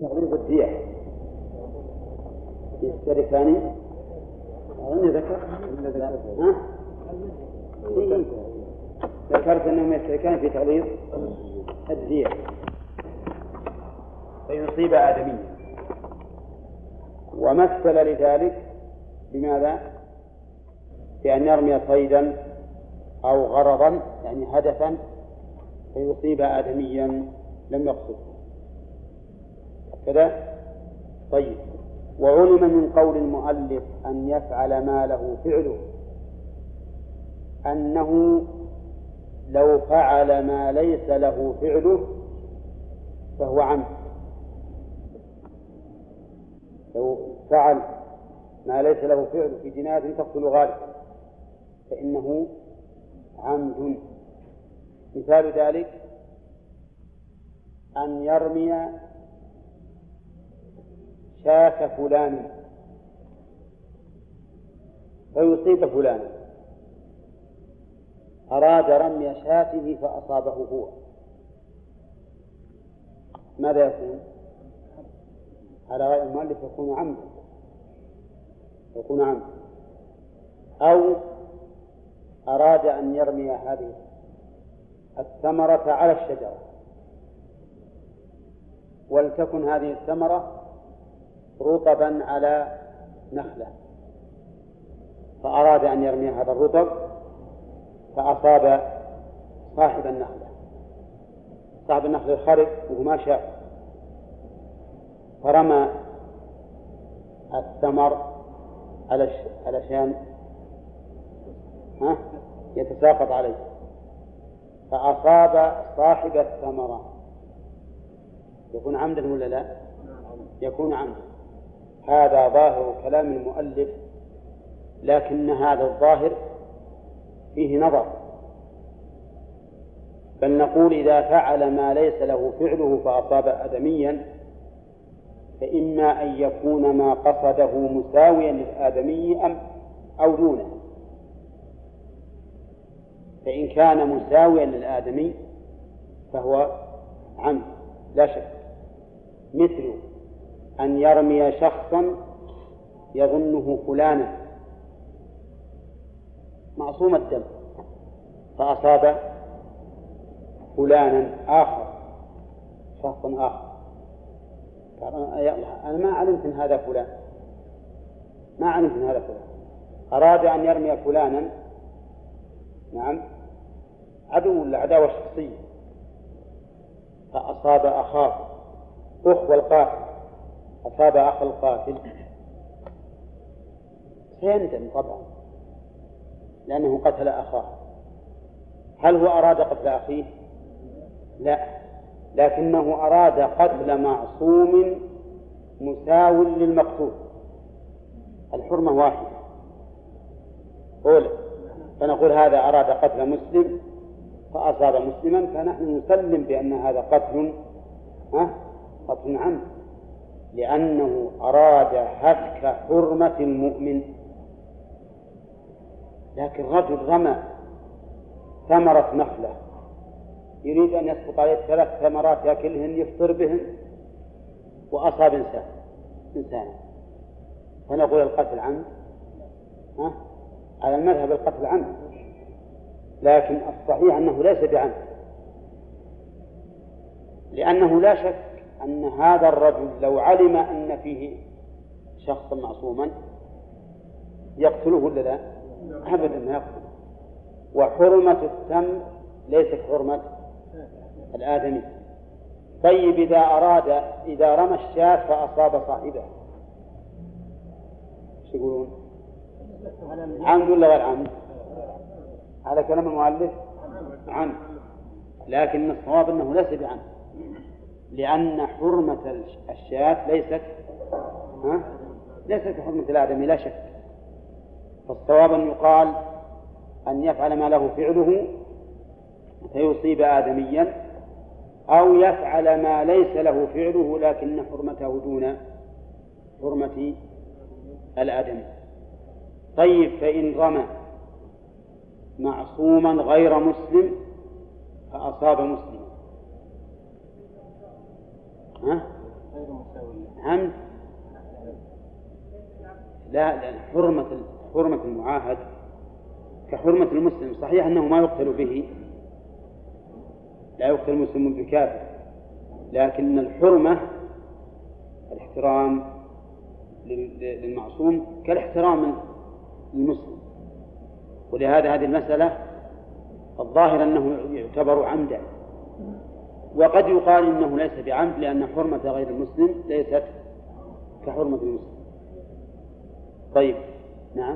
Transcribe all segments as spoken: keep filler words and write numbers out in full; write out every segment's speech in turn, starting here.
تغليظ الدية يشتركان أظن ذكر ها؟ إيه؟ ذكرت أنهم يشتركان في تغليظ الدية فيصيب آدميا، ومثل لذلك بماذا؟ بأن يرمي صيدا أو غرضا يعني هدفا فيصيب آدميا لم يقصد كذا. طيب، وعلم من قول المؤلف أن يفعل ما له فعله أنه لو فعل ما ليس له فعله فهو عمد. لو فعل ما ليس له فعله في جناية تقتل غالب فإنه عمد. مثال ذلك أن يرمي شاة فلان فيصيب فلانا، أراد رمي شاته فأصابه هو، ماذا يكون؟ على رأي المؤلف يكون عمدا، يكون عمدا. أو أراد أن يرمي هذه الثمرة على الشجرة ولتكن هذه الثمرة رطبا على نخلة، فأراد أن يرمي هذا الرطب فأصاب صاحب النخلة، صاحب النخلة خرج وهو ما شاء فرمى الثمر علشان ها يتساقط عليه فأصاب صاحب الثمرة، يكون عمدا ولا لا؟ يكون عمدا. هذا ظاهر كلام المؤلف، لكن هذا الظاهر فيه نظر، بل نقول إذا فعل ما ليس له فعله فأصاب آدميا فإما أن يكون ما قصده مساويا للآدمي أم أو دونه. فإن كان مساويا للآدمي فهو عمد لا شك، مثل أن يرمي شخصا يظنه فلانا معصوم الدم فأصاب فلانا آخر، شخص آخر، أنا ما علمت أن هذا فلان، ما علمت أن هذا فلان، أراد أن يرمي فلانا نعم عدو العداوة الشخصية فأصاب أخاه، أخو القاتل أصاب أخ القاتل سيندم طبعا لأنه قتل أخاه. هل هو أراد قتل أخيه؟ لا، لكنه أراد قتل معصوم مساو للمقتول، الحرمة واحدة أولى، فنقول هذا أراد قتل مسلم فأصاب مسلما فنحن نسلم بأن هذا قتل ها قتل عمد، لأنه أراد هتك حرمة المؤمن. لكن رجل رمى ثمرة نخلة يريد أن يسقط عليه ثلاث ثمرات يأكلهن يفطر بهن وأصاب إنسان إنسانا فنقول القتل عمد ها؟ على المذهب القتل عمد، لكن الصحيح أنه ليس بعمد، لأنه لا شك أن هذا الرجل لو علم أن فيه شخصا معصوما يقتله ولا لا؟ أبدا ما يقتل. وحرمة التمر ليست حرمة الآدمي. طيب إذا أراد إذا رمى الشاة فأصاب صاحبه ايش يقولون؟ عمد ولا غير عمد؟ على كلام المؤلف عمد، لكن الصواب أنه ليس بعمد، لأن حرمة الشاة ليست ها؟ ليست حرمة الآدمي لا شك. فالصواب أن يقال أن يفعل ما له فعله فيصيب آدميا، أو يفعل ما ليس له فعله لكن حرمته دون حرمة الآدمي. طيب، فإن رمى معصوما غير مسلم فأصاب مسلما ها؟ عمد لا لأن حرمة حرمة المعاهد كحرمة المسلم. صحيح أنه ما يقتل به، لا يقتل المسلم بكافر، لكن الحرمة الاحترام للمعصوم كالاحترام للمسلم. ولهذا هذه المسألة الظاهر أنه يعتبر عمدا، وقد يقال إنه ليس بعمد لأن حرمة غير المسلم ليست كحرمة المسلم. طيب نعم.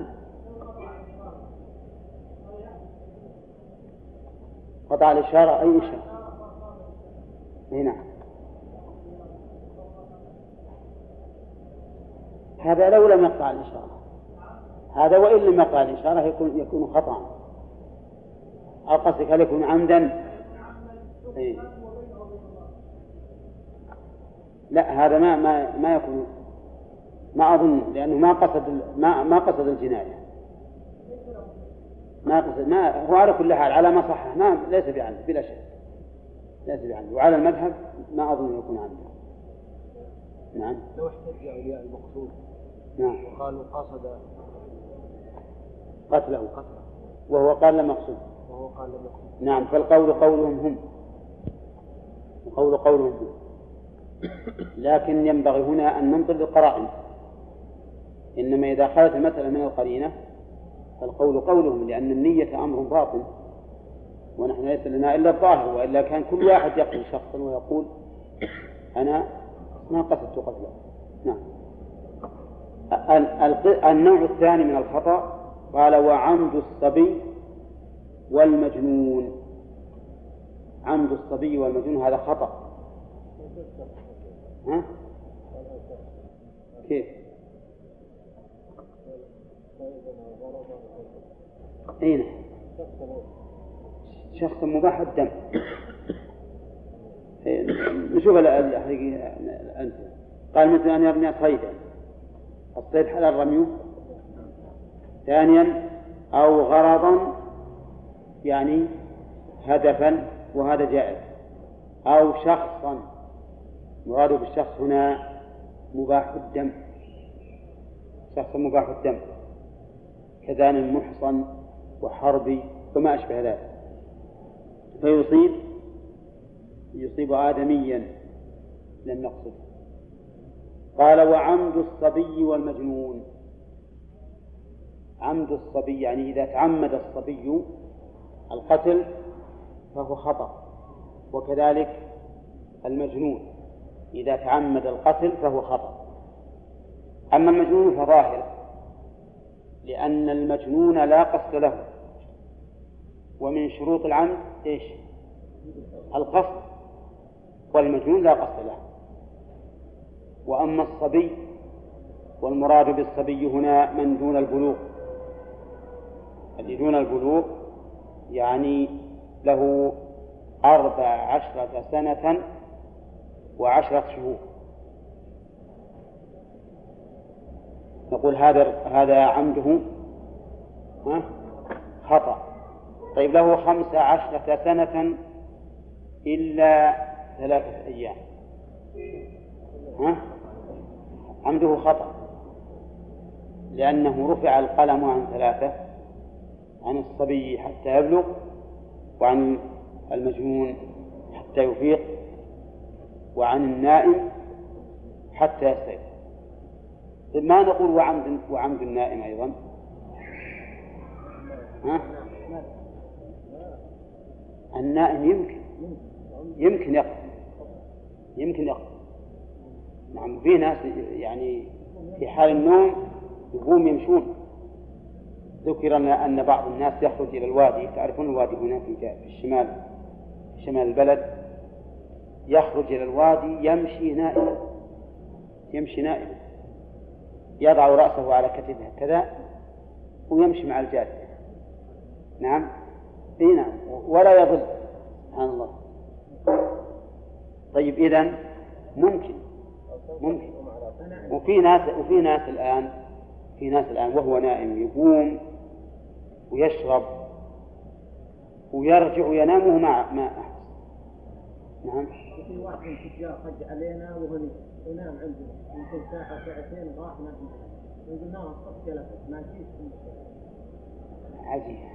قطع الإشارة أي إشارة؟ هنا هذا لو لم يقطع الإشارة، هذا وإن لم يقطع الإشارة يكون يكون خطأ. أو قصدك هل يكون عمدا؟ إيه؟ لا هذا ما ما ما يكون، ما أظن، لأنه ما قصد ما ما قصد الجناية، ما قصد ما هو على كل حال على ما صح ما ليس بعمد بلا شك، ليس بعمد. وعلى المذهب ما أظن يكون عمدا. نعم. لو احتج أولياء المقصود نعم وقالوا قصد قتله قتله وهو قال لم يقصد وهو قال لم يقصد نعم، فالقول قولهم هم وقول قولهم هم. لكن ينبغي هنا أن ننظر للقرائن، إنما إذا خلت المسألة من القرينة فالقول قولهم، لأن النية أمر باطن ونحن ليس لنا إلا الظاهر، وإلا كان كل واحد يقتل شخصا ويقول أنا ما قصدت قتله. نعم. النوع الثاني من الخطأ قال وعمد الصبي والمجنون. عمد الصبي والمجنون هذا خطأ. ها؟ كيف؟ أين؟ شخص مباح الدم. نشوف الحقيقة أنت. قال مثل أن يرمي صيدا، الصيد حلال رميه. ثانيا أو غرضا يعني هدفا وهذا جائز، أو شخصا، مراد بالشخص هنا مباح الدم، شخص مباح الدم كذان محصن وحربي وما أشبه ذلك، فيصيب يصيب آدميا لم نقصد. قال وعمد الصبي والمجنون. عمد الصبي يعني إذا تعمد الصبي القتل فهو خطأ، وكذلك المجنون إذا تعمد القتل فهو خطأ. أما المجنون فظاهر، لأن المجنون لا قصد له، ومن شروط العمد إيش؟ القصد، والمجنون لا قصد له. وأما الصبي والمراد بالصبي هنا من دون البلوغ، الذي دون البلوغ يعني له أربع عشرة سنة وعشرة شهور، نقول هذا هذا عمده خطأ. طيب له خمس عشرة سنة إلا ثلاثة أيام، ها؟ عمده خطأ، لأنه رفع القلم عن ثلاثة، عن الصبي حتى يبلغ، وعن المجنون حتى يفيق، وعن النائم حتى يستيقظ. ما نقول وعمد, وعمد النائم أيضا، ها؟ النائم يمكن يمكن يقتل يمكن يقتل نعم. في ناس يعني في حال النوم يقوم يمشون. ذكر أن بعض الناس يخرج إلى الوادي، تعرفون الوادي هنا في الشمال، في شمال البلد، يخرج إلى الوادي يمشي نائما، يمشي نائما، يضع رأسه على كتفه كذا ويمشي مع الجادة. نعم إيه نعم، ولا يضل، سبحان الله. طيب إذن ممكن ممكن وفي ناس وفي ناس الآن في ناس الآن وهو نائم يقوم ويشرب ويرجع وينام مع ما أحس. نعم. في واحد من التجار خج علينا وهو ونام عندنا يمكن ساعة ساعتين راح ما في يقول نام الصبح جلست ما جيت. عجيب.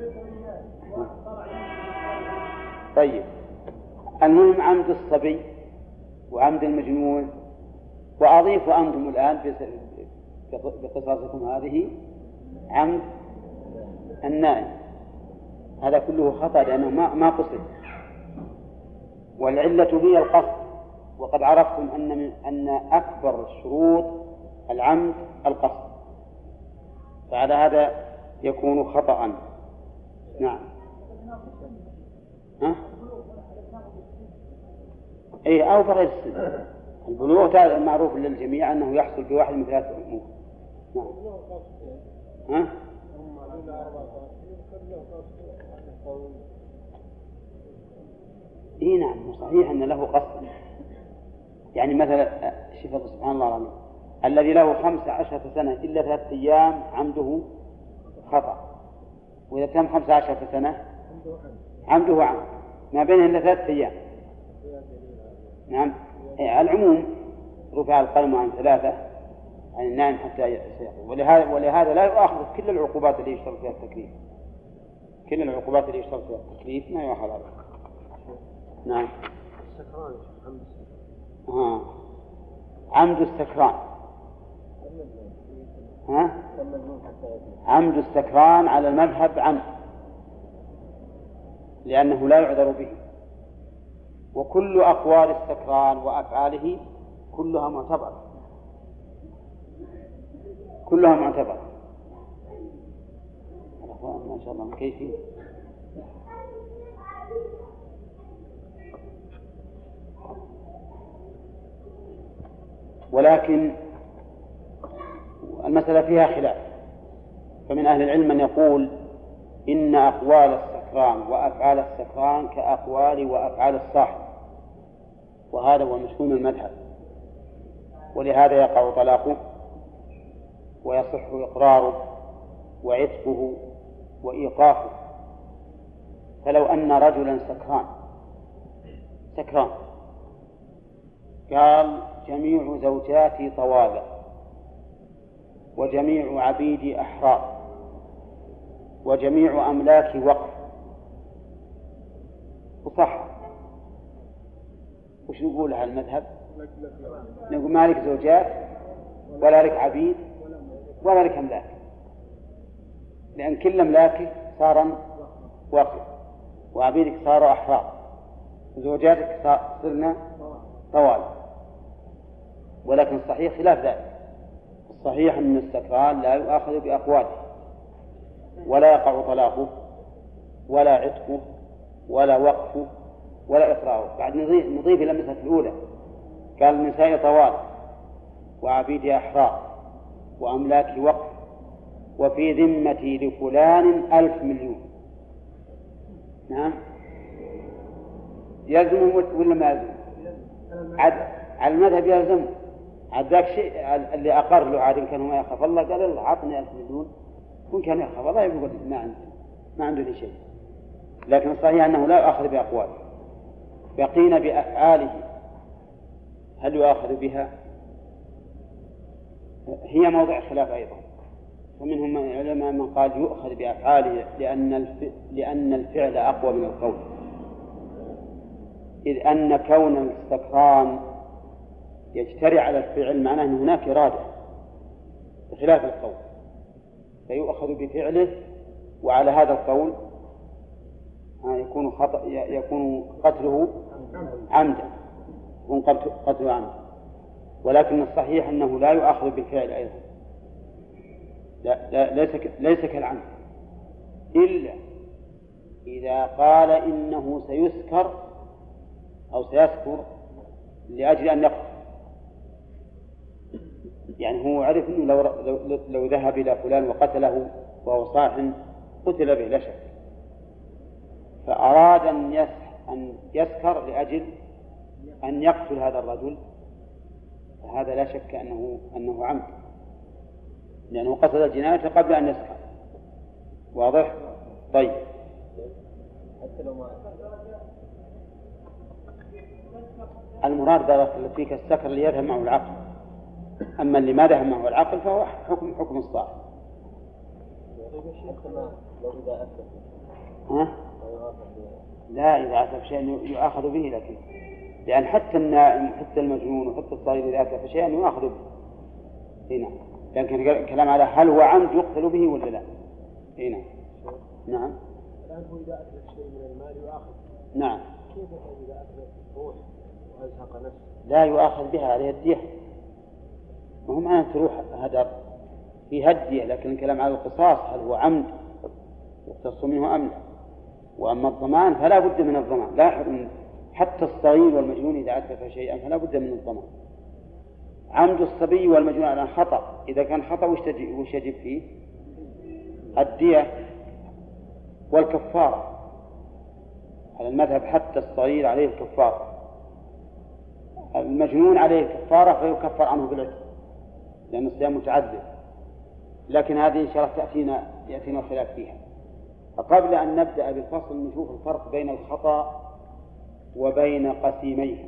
طيب المهم عمد الصبي وعمد المجنون، وأضيف أنتم الآن بقصصكم هذه عمد النائم، هذا كله خطأ لأنه ما ما قصد، والعلة هي القصد، وقد عرفتم أن من أن أكبر شروط العمد القصد، فعلى هذا يكون خطأ. نعم. ها؟ إيه أو بغير السن. البلوغ معروف للجميع أنه يحصل بواحد من ثلاثة أمور. نعم. ها؟ إيه نعم صحيح أن له قصد، يعني مثلا شوف سبحان الله العظيم الذي له خمس عشرة سنة إلا ثلاثة أيام عمده خطأ، وإذا تم خمس عشرة سنة عمده عمد ما بينه إلا ثلاثة أيام. نعم. على العموم رفع القلم عن ثلاثة عن النائم حتى يستيقظ، ولهذا ولهذا لا يؤاخذ كل العقوبات اللي يشترط فيها التكليف، كل العقوبات اللي يشترط فيها التكليف ما يؤاخذ عليها. نعم. السكران عمد ها عمد السكران. ها عمد السكران على المذهب عمد لأنه لا يعذر به، وكل أقوال السكران وأفعاله كلها معتبرة، كلها معتبرة. ما شاء الله كيف. ولكن المسألة فيها خلاف، فمن أهل العلم من يقول إن أقوال السكران وأفعال السكران كأقوال وأفعال الصاحب، وهذا هو مشهور المذهب، ولهذا يقع طلاقه ويصح إقراره وعتقه وإيقافه. فلو أن رجلا سكران سكران قال جميع زوجاتي طوال وجميع عبيدي أحرار وجميع أملاكي وقف، وصح، وش نقول على المذهب؟ نقول ما لك زوجات ولا لك عبيد ولا لك أملاك، لأن كل أملاكك صار وقف وعبيدك صاروا أحرار وزوجاتك صرنا طوال. ولكن الصحيح خلاف ذلك، الصحيح أن السكران لا يؤاخذ بأقواله ولا يقع طلاقه ولا عتقه ولا وقفه ولا إقراره. بعد نضيف, نضيف إلى المسألة الأولى قال النساء طوال وعبيدي أحرار وأملاكي وقف وفي ذمتي لفلان ألف مليون. نعم يلزم ولا ما يلزم؟ على المذهب يلزم. عاد ذاك شيء اللي أقر له عاد كان ما يخاف الله قال الله عطني ألف مليون، كن كان يخاف الله يقول ما عنده ما عنده لي شيء. لكن الصحيح أنه لا يؤاخذ بأقواله. بقينا بأفعاله، هل يؤاخذ بها؟ هي موضع خلاف أيضا، فمنهم من العلماء من قال يؤخذ بأفعاله لأن الف... لأن الفعل أقوى من القول، إذ أن كون السكران يجتري على الفعل معناه أن هناك إرادة بخلاف القول، فيؤخذ بفعله، وعلى هذا القول يكون خطأ يكون قتله عمدا يكون قتله عمدا. ولكن الصحيح أنه لا يؤخذ بالفعل أيضا، لا لا ليس ليس كالعمد، إلا إذا قال إنه سيسكر أو سيسكر لأجل أن يقتل، يعني هو عرف أنه لو, لو, لو ذهب إلى فلان وقتله وهو صاح قتل به لا شك، فأراد أن, أن يسكر لأجل أن يقتل هذا الرجل، فهذا لا شك أنه, أنه عمد، لأنه قصد الجناية قبل أن يسكر. واضح؟ طيب. المراد بارك الله فيك السكر اللي يذهب معه العقل، أما اللي ما ذهب معه العقل فهو حكم حكم الصاحب. ها؟ لا، إذا أتى بشيء يؤاخذ به، لكن لأن حتى النائم حتى المجنون وحتى الصغير إذا أتى بشيء يؤاخذ به هنا، لكن الكلام على هل هو عمد يقتل به ولا لا. هنا نعم. الآن هو إذا أتلف شيء من المال يؤاخذ. نعم. كيف إذا أتلف روح وأزهق نفسه؟ لا يؤاخذ بها، عليه الدية، وهم أن تروح هدر في هدية، لكن الكلام على القصاص هل هو عمد يقتص منه أم لا. وأما الضمان فلا بد من الضمان، لاحظ حتى الصغير والمجنون إذا أتلف شيئا فلا بد من الضمان. عمد الصبي والمجنون على خطأ، إذا كان خطأ وش يجب فيه؟ الدية والكفارة على المذهب، حتى الصغير عليه الكفارة، المجنون عليه الكفارة فيكفر عنه بالعتق لأن الصيام متعذر، لكن هذه إن شاء الله تأتينا يأتينا الخلاف فيها. فقبل أن نبدأ بالفصل نشوف الفرق بين الخطأ وبين قسيميه.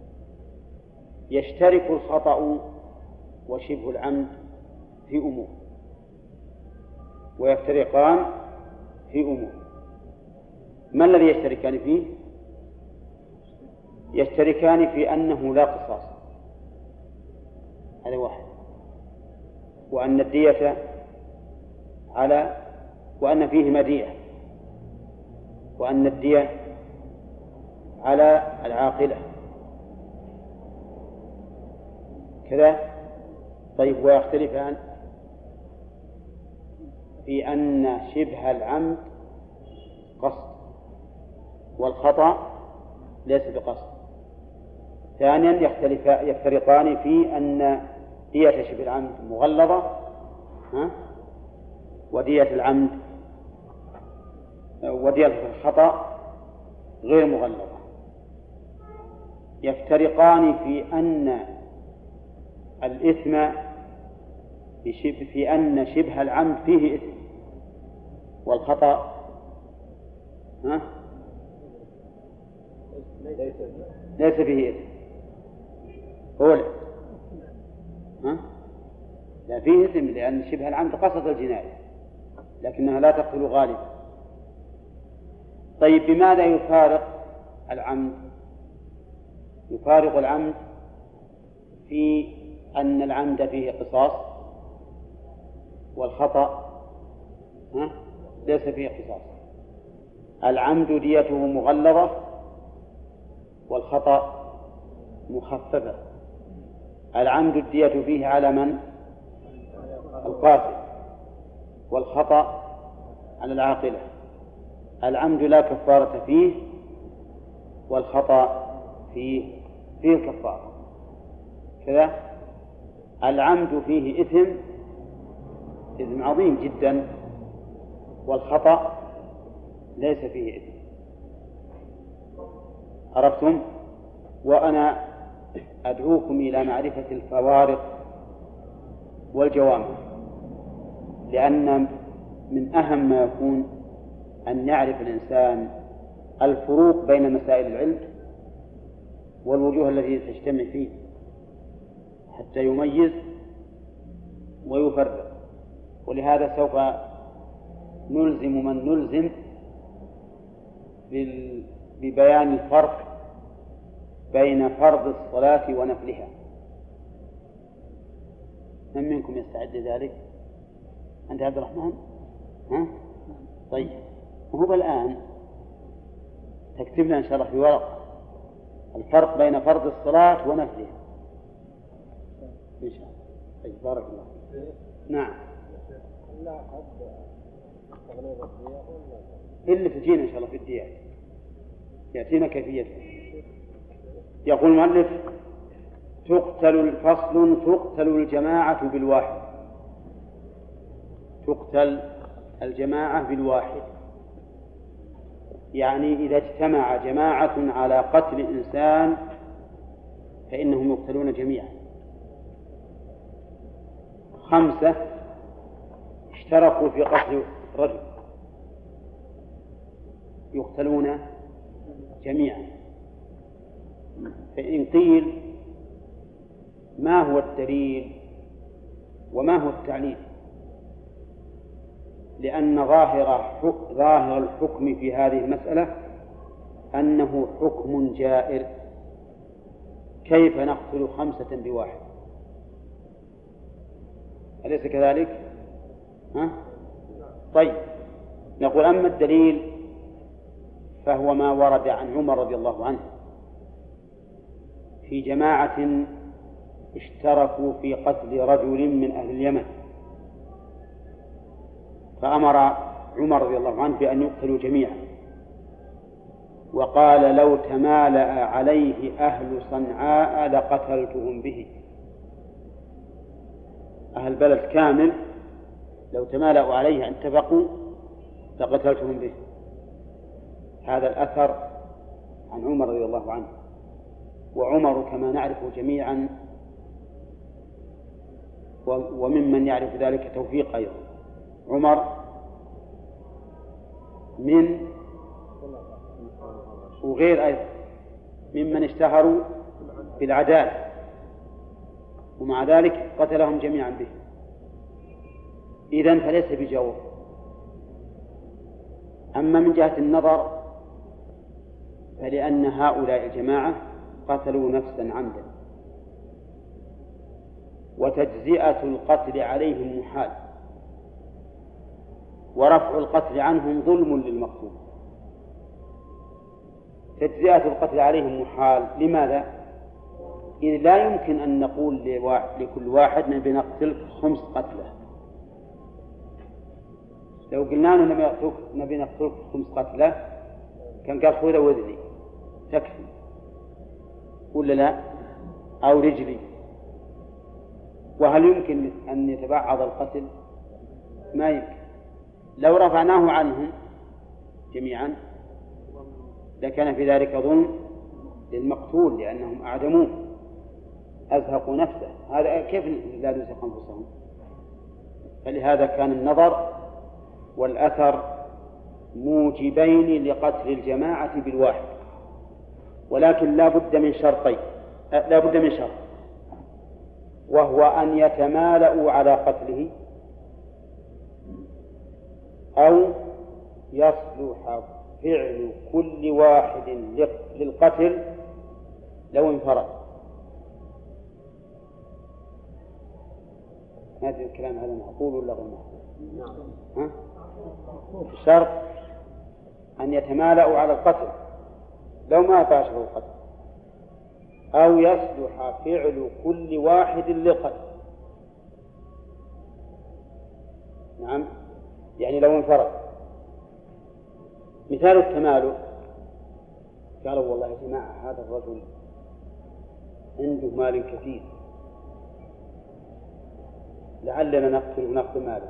يشترك الخطأ وشبه العمد في أمور، ويفترقان في أمور. ما الذي يشتركان فيه؟ يشتركان في أنه لا قصاص، هذا واحد، وأن الدية على وأن فيه مدية، وأن الدية على العاقلة كذا. طيب، ويختلفان في أن شبه العمد قصد والخطأ ليس بقصد. ثانيا يفترقان في أن دية شبه العمد مغلظة ها؟ ودية العمد ودية الخطأ غير مغلظة. يفترقان في أن الإثم في أن شبه العمد فيه إثم والخطأ ها؟ ليس فيه إثم. قول ها؟ لا، فيه إثم لأن شبه العمد قصد الجناية لكنها لا تقتل غالبا. طيب، بماذا يفارق العمد؟ يفارق العمد في أن العمد فيه قصاص والخطأ ها؟ ليس فيه قصاص. العمد ديته مغلظة والخطأ مخففة. العمد الدية فيه على من؟ القاتل، والخطأ على العاقلة. العمد لا كفارة فيه والخطأ فيه فيه الكفارة كذا. العمد فيه إثم إثم عظيم جدا، والخطأ ليس فيه إثم. عرفتم؟ وأنا أدعوكم إلى معرفة الفوارق والجوامع، لأن من أهم ما يكون أن يعرف الإنسان الفروق بين مسائل العلم والوجوه التي تجتمع فيه حتى يميز ويفرق. ولهذا سوف نلزم من نلزم ببيان الفرق بين فرض الصلاة ونفلها. من منكم يستعد ذلك؟ أنت عبد الرحمن؟ ها؟ طيب، وهو الآن تكتب لنا إن شاء الله في ورقة الفرق بين فرض الصلاة ونفلها إن شاء الله. طيب، بارك الله. نعم. اللي تجينا إن شاء الله في الديات يأتينا كيفيته. يقول المؤلف: تقتل الفصل تقتل الجماعة بالواحد. تقتل الجماعة بالواحد، يعني إذا اجتمع جماعة على قتل إنسان فإنهم يقتلون جميعا. خمسة اشتركوا في قتل رجل يقتلون جميعا. فإن قيل ما هو الدليل وما هو التعليل؟ لأن ظاهر ظاهر الحكم في هذه المسألة أنه حكم جائر. كيف نقتل خمسة بواحد؟ أليس كذلك؟ ها؟ طيب، نقول أما الدليل فهو ما ورد عن عمر رضي الله عنه في جماعة اشتركوا في قتل رجل من أهل اليمن، فأمر عمر رضي الله عنه بأن يقتلوا جميعا، وقال لو تمالأ عليه أهل صنعاء لقتلتهم به. أهل بلد كامل لو تمالأوا عليه اتفقوا لقتلتهم به. هذا الأثر عن عمر رضي الله عنه. وعمر كما نعرف جميعا وممن يعرف ذلك توفيق أيضا، عمر من وغير أيضا ممن اشتهروا بالعدالة، ومع ذلك قتلهم جميعا به. إذن فليس بجور. أما من جهة النظر فلأن هؤلاء الجماعة قتلوا نفسا عمدا، وتجزئة القتل عليهم محال، ورفع القتل عنهم ظلم للمقتول. تجزئة القتل عليهم محال. لماذا؟ إذ لا يمكن أن نقول لكل واحد نبي نقتلك خمس قتلة. لو قلنا نبي نقتلك خمس قتلة كان قال خذ وذني تكفي، ولا لا؟ أو رجلي. وهل يمكن أن يتبعض القتل؟ ما يمكن. لو رفعناه عنهم جميعا لكان في ذلك ظلم للمقتول، لأنهم أعدموه أزهقوا نفسه. هذا كيف لا يزهق أنفسهم؟ فلهذا كان النظر والأثر موجبين لقتل الجماعة بالواحد، ولكن لا بد من شرطين، لا بد من شرط، وهو أن يتمالأوا على قتله أو يصلح فعل كل واحد للقتل لو انفرد. هذا الكلام هذا معقول ولا غير معقول؟ ها؟ الشرط أن يتمالأوا على القتل لو ما باشروا القتل، أو يصلح فعل كل واحد للقتل. نعم، يعني لو انفرد. مثال التمالؤ قالوا والله يا جماعة هذا الرجل عنده مال كثير، لعلنا نقتل ونأخذ ماله.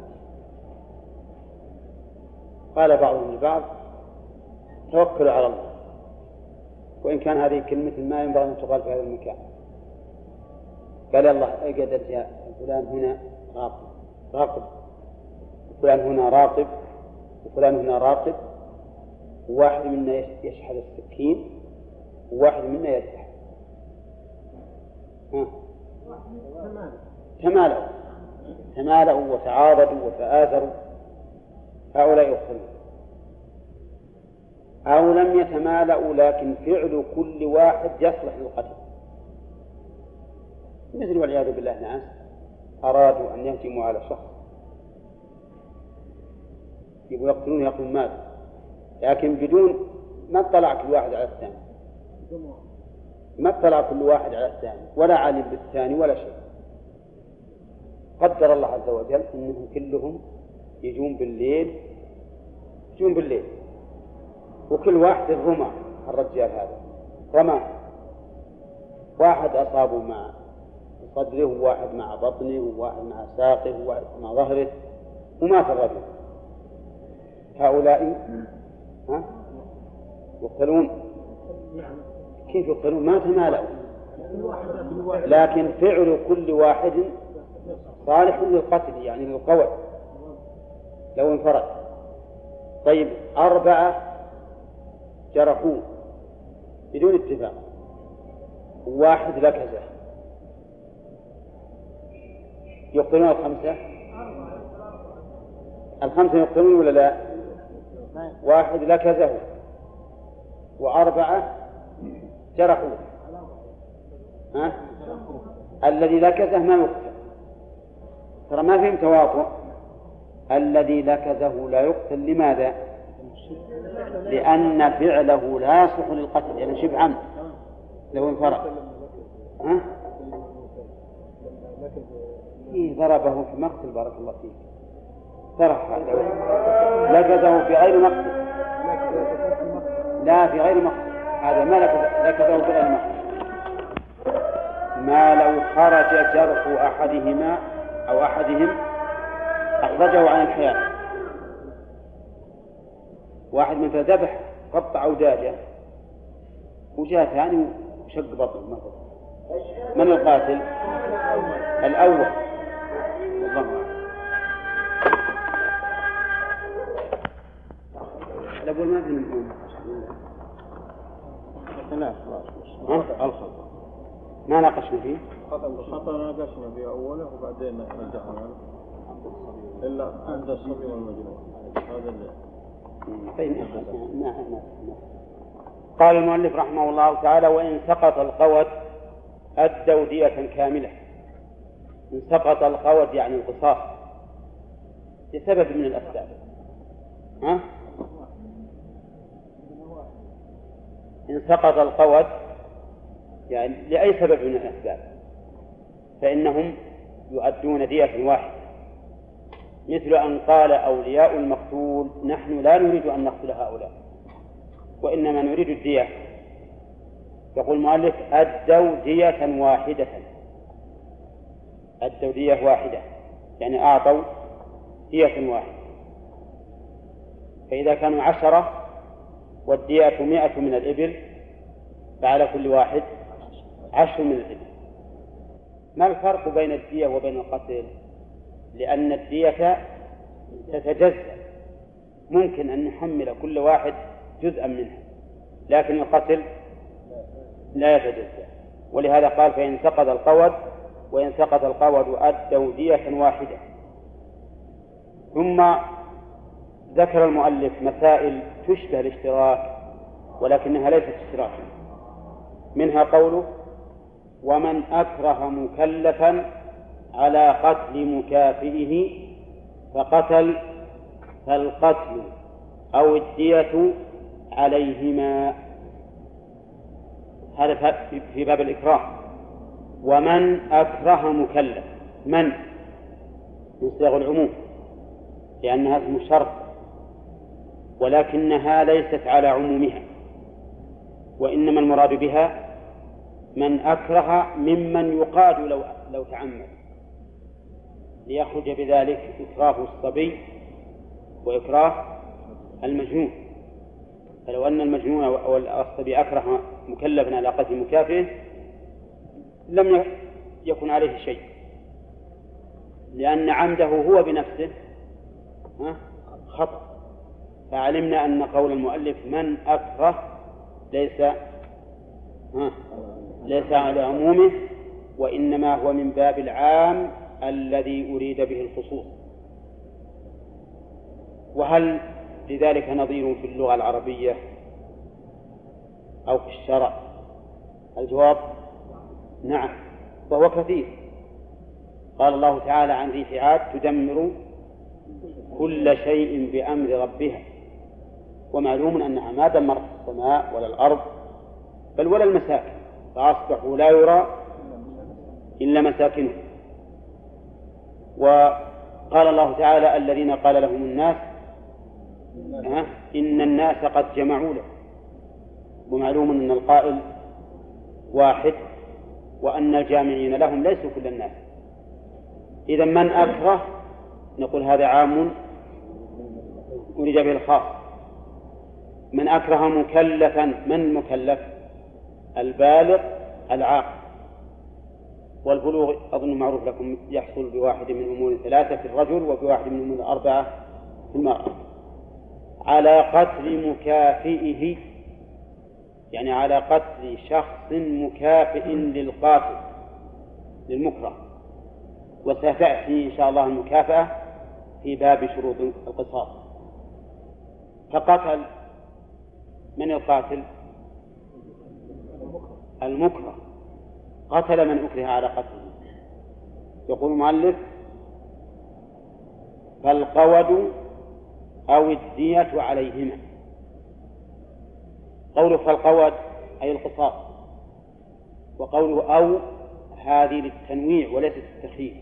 قال بعضهم لبعض توكلوا على الله، وإن كان هذه كلمة ما ينبغي أن تقال في هذا المكان. قال الله أجدت يا فلان هنا راقب راقب وفلان هنا راقب وفلان هنا راقب، وواحد منا يشحذ السكين وواحد منا يذبح. تمالأوا تمالأوا وتعاضدوا وتآثروا، هؤلاء يقتلون. أو لم يتمالأوا لكن فعل كل واحد يصلح للقتل، مثل والعياذ بالله ناس أرادوا أن يهجموا على شخص يبغوا يقتلون يقتلون ماذا، لكن بدون ما اطلع كل واحد على الثاني، ما اطلع كل واحد على الثاني ولا علم بالثاني ولا شيء. قدر الله عز وجل أنهم كلهم يجون بالليل يجون بالليل وكل واحد رمى. الرجال هذا رمى، واحد أصابه مع صدره وواحد مع بطنه وواحد مع ساقه وواحد مع ظهره ومات الرجل. هؤلاء ها يقتلون. كيف يقتلون؟ ما تمالأوا، لكن فعل كل واحد صالح للقتل يعني للقول لو انفرد. طيب أربعة جرحوه بدون اتفاق واحد لكزه يقتلون الخمسة؟ الخمسة يقتلون ولا لا؟ واحد لكزه وأربعة جرحوه. ها؟ الذي لكزه ما يقتل، ترى ما فيهم تواطؤ. الذي لكزه لا يقتل. لماذا؟ لأن فعله لا يصلح للقتل، يعني شبه عمد لو انفرد. ها؟ إيه ضربه في مقتل، بارك الله فيك. طرح لكزه في غير مقتل، لا في غير مقتل، هذا ما لكزه في غير مقتل. ما لو خرج جرح أحدهما أو أحدهم أخرجه عن الحياة. واحد مثل ذبح قطع أوداجه وجاء ثاني وشق بطنه مثلا، من القاتل؟ الأول. والله أعلم. الأول ما في منهم. لا الخطأ ما ناقشنا فيه. الخطأ ناقشنا فيه أوله وبعدين رجعنا إلا عند الصبي والمجنون. هذا اللي قال المؤلف رحمه الله تعالى: وإن سقط القود أدوا دية كاملة. إن سقط القود يعني القصاص لسبب من الأسباب. ها؟ إن سقط القود يعني لأي سبب من الأسباب فإنهم يؤدون دية واحدة، مثل أن قال أولياء المقتول: نحن لا نريد أن نقتل هؤلاء وإنما نريد الدية. يقول المؤلف: أدوا دية واحدة. أدوا دية واحدة يعني أعطوا دية واحدة. فإذا كانوا عشرة والدية مئة من الإبل فعلى كل واحد عشر من الإبل. ما الفرق بين الدية وبين القتل؟ لأن الدية تتجزأ، ممكن أن نحمل كل واحد جزءا منها، لكن القتل لا يتجزأ. ولهذا قال: فإن سقط القود وإن سقط القود أدوا دية واحدة. ثم ذكر المؤلف مسائل تشبه الاشتراك ولكنها ليست اشتراكا، منها قوله: ومن أكره مكلفا على قتل مكافئه فقتل فالقتل أو الدية عليهما. هذا في باب الإكراه. ومن أكره مكلف، من يصيغ العموم لأنها اسم الشرط، ولكنها ليست على عمومها، وإنما المراد بها من أكره ممن يقاد لو, لو تعمد، ليخرج بذلك إكراه الصبي وإكراه المجنون. فلو أن المجنون أو الصبي أكره مكلفا على قتل مكافئه لم يكن عليه شيء، لأن عمده هو بنفسه خطأ. فعلمنا أن قول المؤلف من أكره ليس ليس على عمومه، وإنما هو من باب العام الذي أريد به الخصوص. وهل لذلك نظير في اللغة العربية أو في الشرع؟ الجواب نعم، وهو كثير. قال الله تعالى عن ذي فعاد: تدمر كل شيء بأمر ربها. ومعلوم أنها ما دمرت السماء ولا الأرض بل ولا المساكن، فأصبحوا لا يرى إلا مساكنه. وقال الله تعالى: الذين قال لهم الناس إن الناس قد جمعوا له. ومعلوم أن القائل واحد وأن الجامعين لهم ليسوا كل الناس. إذا من أكره نقول هذا عام أريد به الخاص. من أكره مكلفا، من مكلف؟ البالغ العاقل. والبلوغ أظن معروف لكم يحصل بواحد من أمور ثلاثة في الرجل وبواحد من أمور أربعة في المرأة. على قتل مكافئه يعني على قتل شخص مكافئ للقاتل للمكره، وستأتي إن شاء الله المكافأة في باب شروط القصاص. فقتل من القاتل؟ المكره، قتل من أكره على قتله. يقول المؤلف فالقود أو الدية عليهما. قوله فالقود أي القصاص، وقوله أو هذه للتنويع وليست التخيير.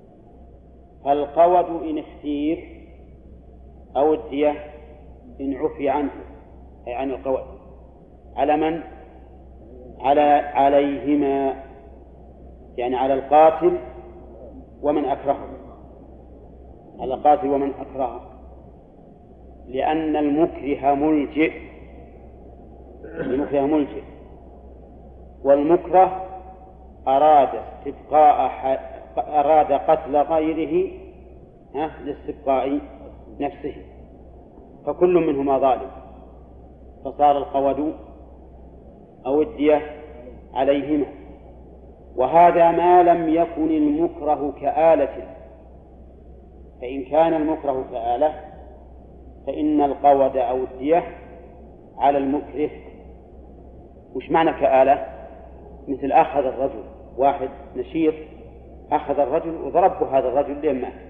فالقود إن اختير، أو الدية إن عفي عنه أي عن القود. على من؟ على عليهما، يعني على القاتل ومن أكرهه، على القاتل ومن أكرهه، لأن المكره ملجئ، المكره ملجئ، والمكره أراد استبقاء أراد قتل غيره لاستبقاء نفسه، فكل منهما ظالم، فصار القود أو الدية عليهما. وهذا ما لم يكن المكره كآلة، فإن كان المكره كآلة فإن القود أو الدية على المكره. وش معنى كآلة؟ مثل أخذ الرجل، واحد نشيط أخذ الرجل وضربه هذا الرجل لين مات،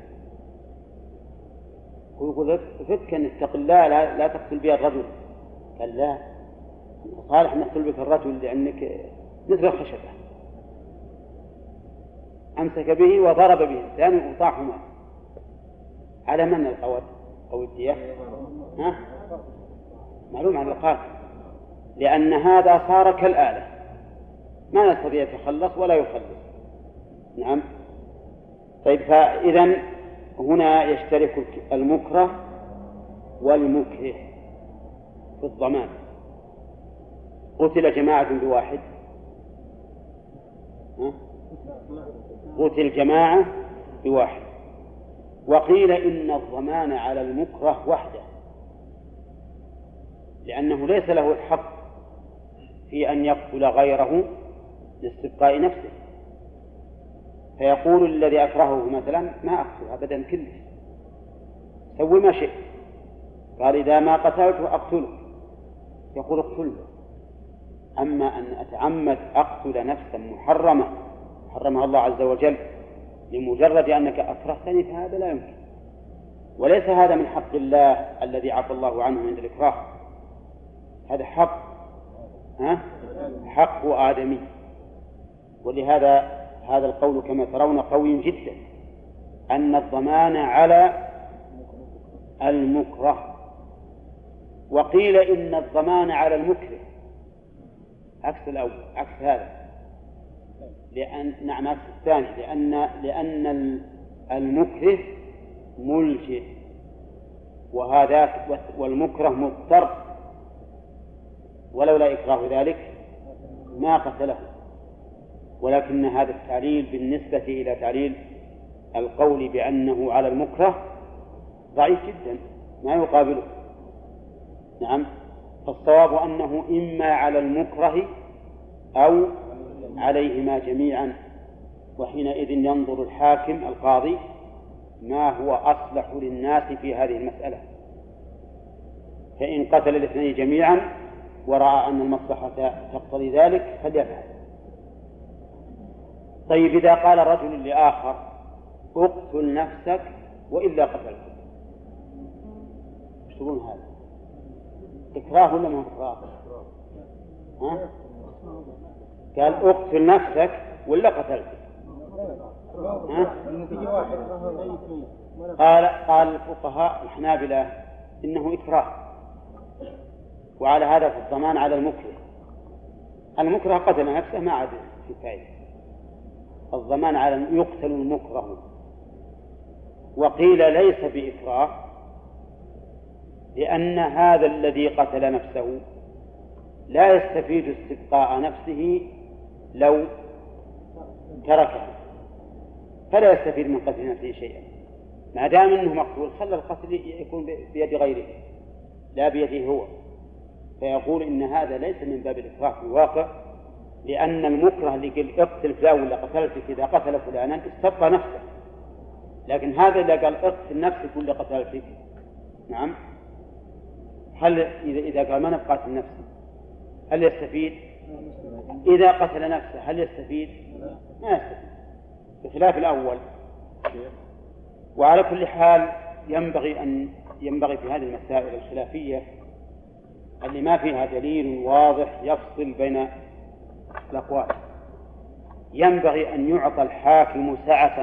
ويقول فك أن اتق الله لا, لا تقتل بي الرجل. قال لا، أنت صالح نقتل بك الرجل لأنك مثل الخشبة. أمسك به وضرب به الثاني وطاح مات. على من القود أو الدية؟ ها؟ معلوم عن القاتل، لأن هذا صار كالآلة، ما يستطيع يتخلص ولا يخلص. نعم. طيب، فإذن هنا يشترك المكره والمكره في الضمان. قتل جماعة بواحد، ها؟ قتل جماعة بواحد. وقيل إن الضمان على المكره وحده، لأنه ليس له الحق في أن يقتل غيره لاستبقاء نفسه، فيقول الذي أكرهه مثلا ما أقتل أبدا كله، سوي ما شئت. قال إذا ما قتلته أقتله، يقول اقتله. أما أن أتعمد أقتل نفسا محرمة حرمها الله عز وجل لمجرد أنك أكرهتني فهذا لا يمكن، وليس هذا من حق الله الذي عفى الله عنه عند الإكراه، هذا حق ها؟ حق آدمي. ولهذا هذا القول كما ترون قوي جدا، أن الضمان على المكره. وقيل إن الضمان على المكره، عكس الأول، عكس هذا، لأن نعم عكس الثاني، لأن لأن المكره ملجئ وهذا والمكره مضطر، ولولا إكراه ذلك ما قتله. ولكن هذا التعليل بالنسبة إلى تعليل القول بأنه على المكره ضعيف جدا، ما يقابله. نعم. فالصواب أنه إما على المكره أو عليهما جميعا، وحينئذ ينظر الحاكم القاضي ما هو أصلح للناس في هذه المسألة، فإن قتل الاثنين جميعا ورأى أن المصلحة تقتضي ذلك فليفعل. طيب، إذا قال رجل لآخر اقتل نفسك وإلا قتلتك، ايش تقولون هذا؟ إكراه ولا ما إكراه؟ ها؟ قال اقتل نفسك ولا قتلتك. ها؟ قال قال الفقهاء الحنابلة إنه إكراه، وعلى هذا في الضمان على المكره. المكره قتل نفسه ما عاد في فائدة، الضمان على يقتل المكره. وقيل ليس بإكراه، لأن هذا الذي قتل نفسه لا يستفيد استبقاء نفسه لو تركه، فلا يستفيد من قتل نفسه شيئا، ما دام أنه مقتول خلى القتل يكون بيد غيره لا بيده هو. فيقول إن هذا ليس من باب الإكراه في الواقع، لأن المكره اللي قال اقتل فلان ولا قتلتك إذا قتل فلانا استبقى نفسه، لكن هذا اللي قال اقتل نفسك ولا قتلتك، نعم، هل إذا إذا قال ما نقاتل نفسي هل يستفيد؟ إذا قتل نفسه هل يستفيد؟ ما يستفيد، بخلاف الأول. وعلى كل حال ينبغي أن ينبغي في هذه المسائل الخلافية اللي ما فيها دليل واضح يفصل بين الأقوال، ينبغي أن يعطى الحاكم سعة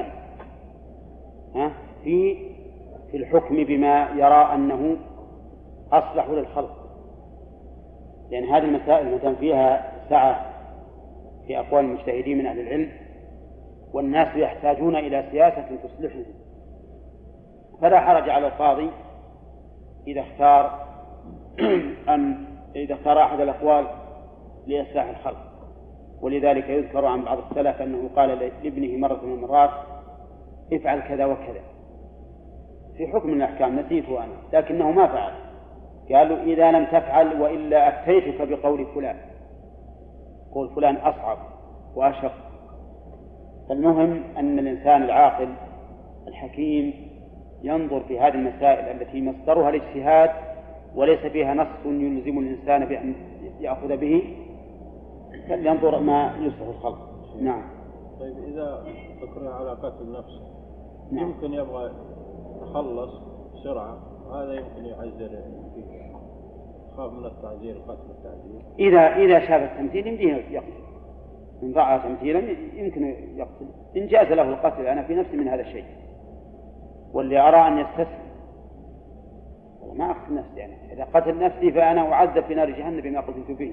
في في الحكم بما يرى أنه أصلح للخلق، لأن هذه المسائل مثلا فيها سعة في أقوال المجتهدين من أهل العلم، والناس يحتاجون إلى سياسة تصلحهم، فلا حرج على القاضي إذا اختار أن إذا اختار أحد الأقوال لإصلاح الخلق. ولذلك يذكر عن بعض السلف أنه قال لابنه مرة من المرات افعل كذا وكذا في حكم من الأحكام نسيته أنا، لكنه ما فعل، قالوا إذا لم تفعل وإلا أفتيتك بقول فلان، قول فلان أصعب وأشق. فالمهم أن الإنسان العاقل الحكيم ينظر في هذه المسائل التي مصدرها الاجتهاد وليس فيها نص يلزم الإنسان بأن يأخذ به، فلينظر ما يصلح الخلق. نعم. طيب إذا فكرنا على قتل نفسه، نعم. يمكن يبغى يخلص بسرعة، وهذا يمكن يعزر فيه، خاف من التعزير، القتل التعزير. إذا إذا شاف التمثيل يمكن يقتل، إن رأى تمثيلا يمكن يقتل، إن جاز له القتل أنا في نفسي من هذا الشيء. واللي أرى أن يستسلم ما أقتل نفسي، يعني إذا قتل نفسي فأنا أعذب في نار جهنم بما قتلت به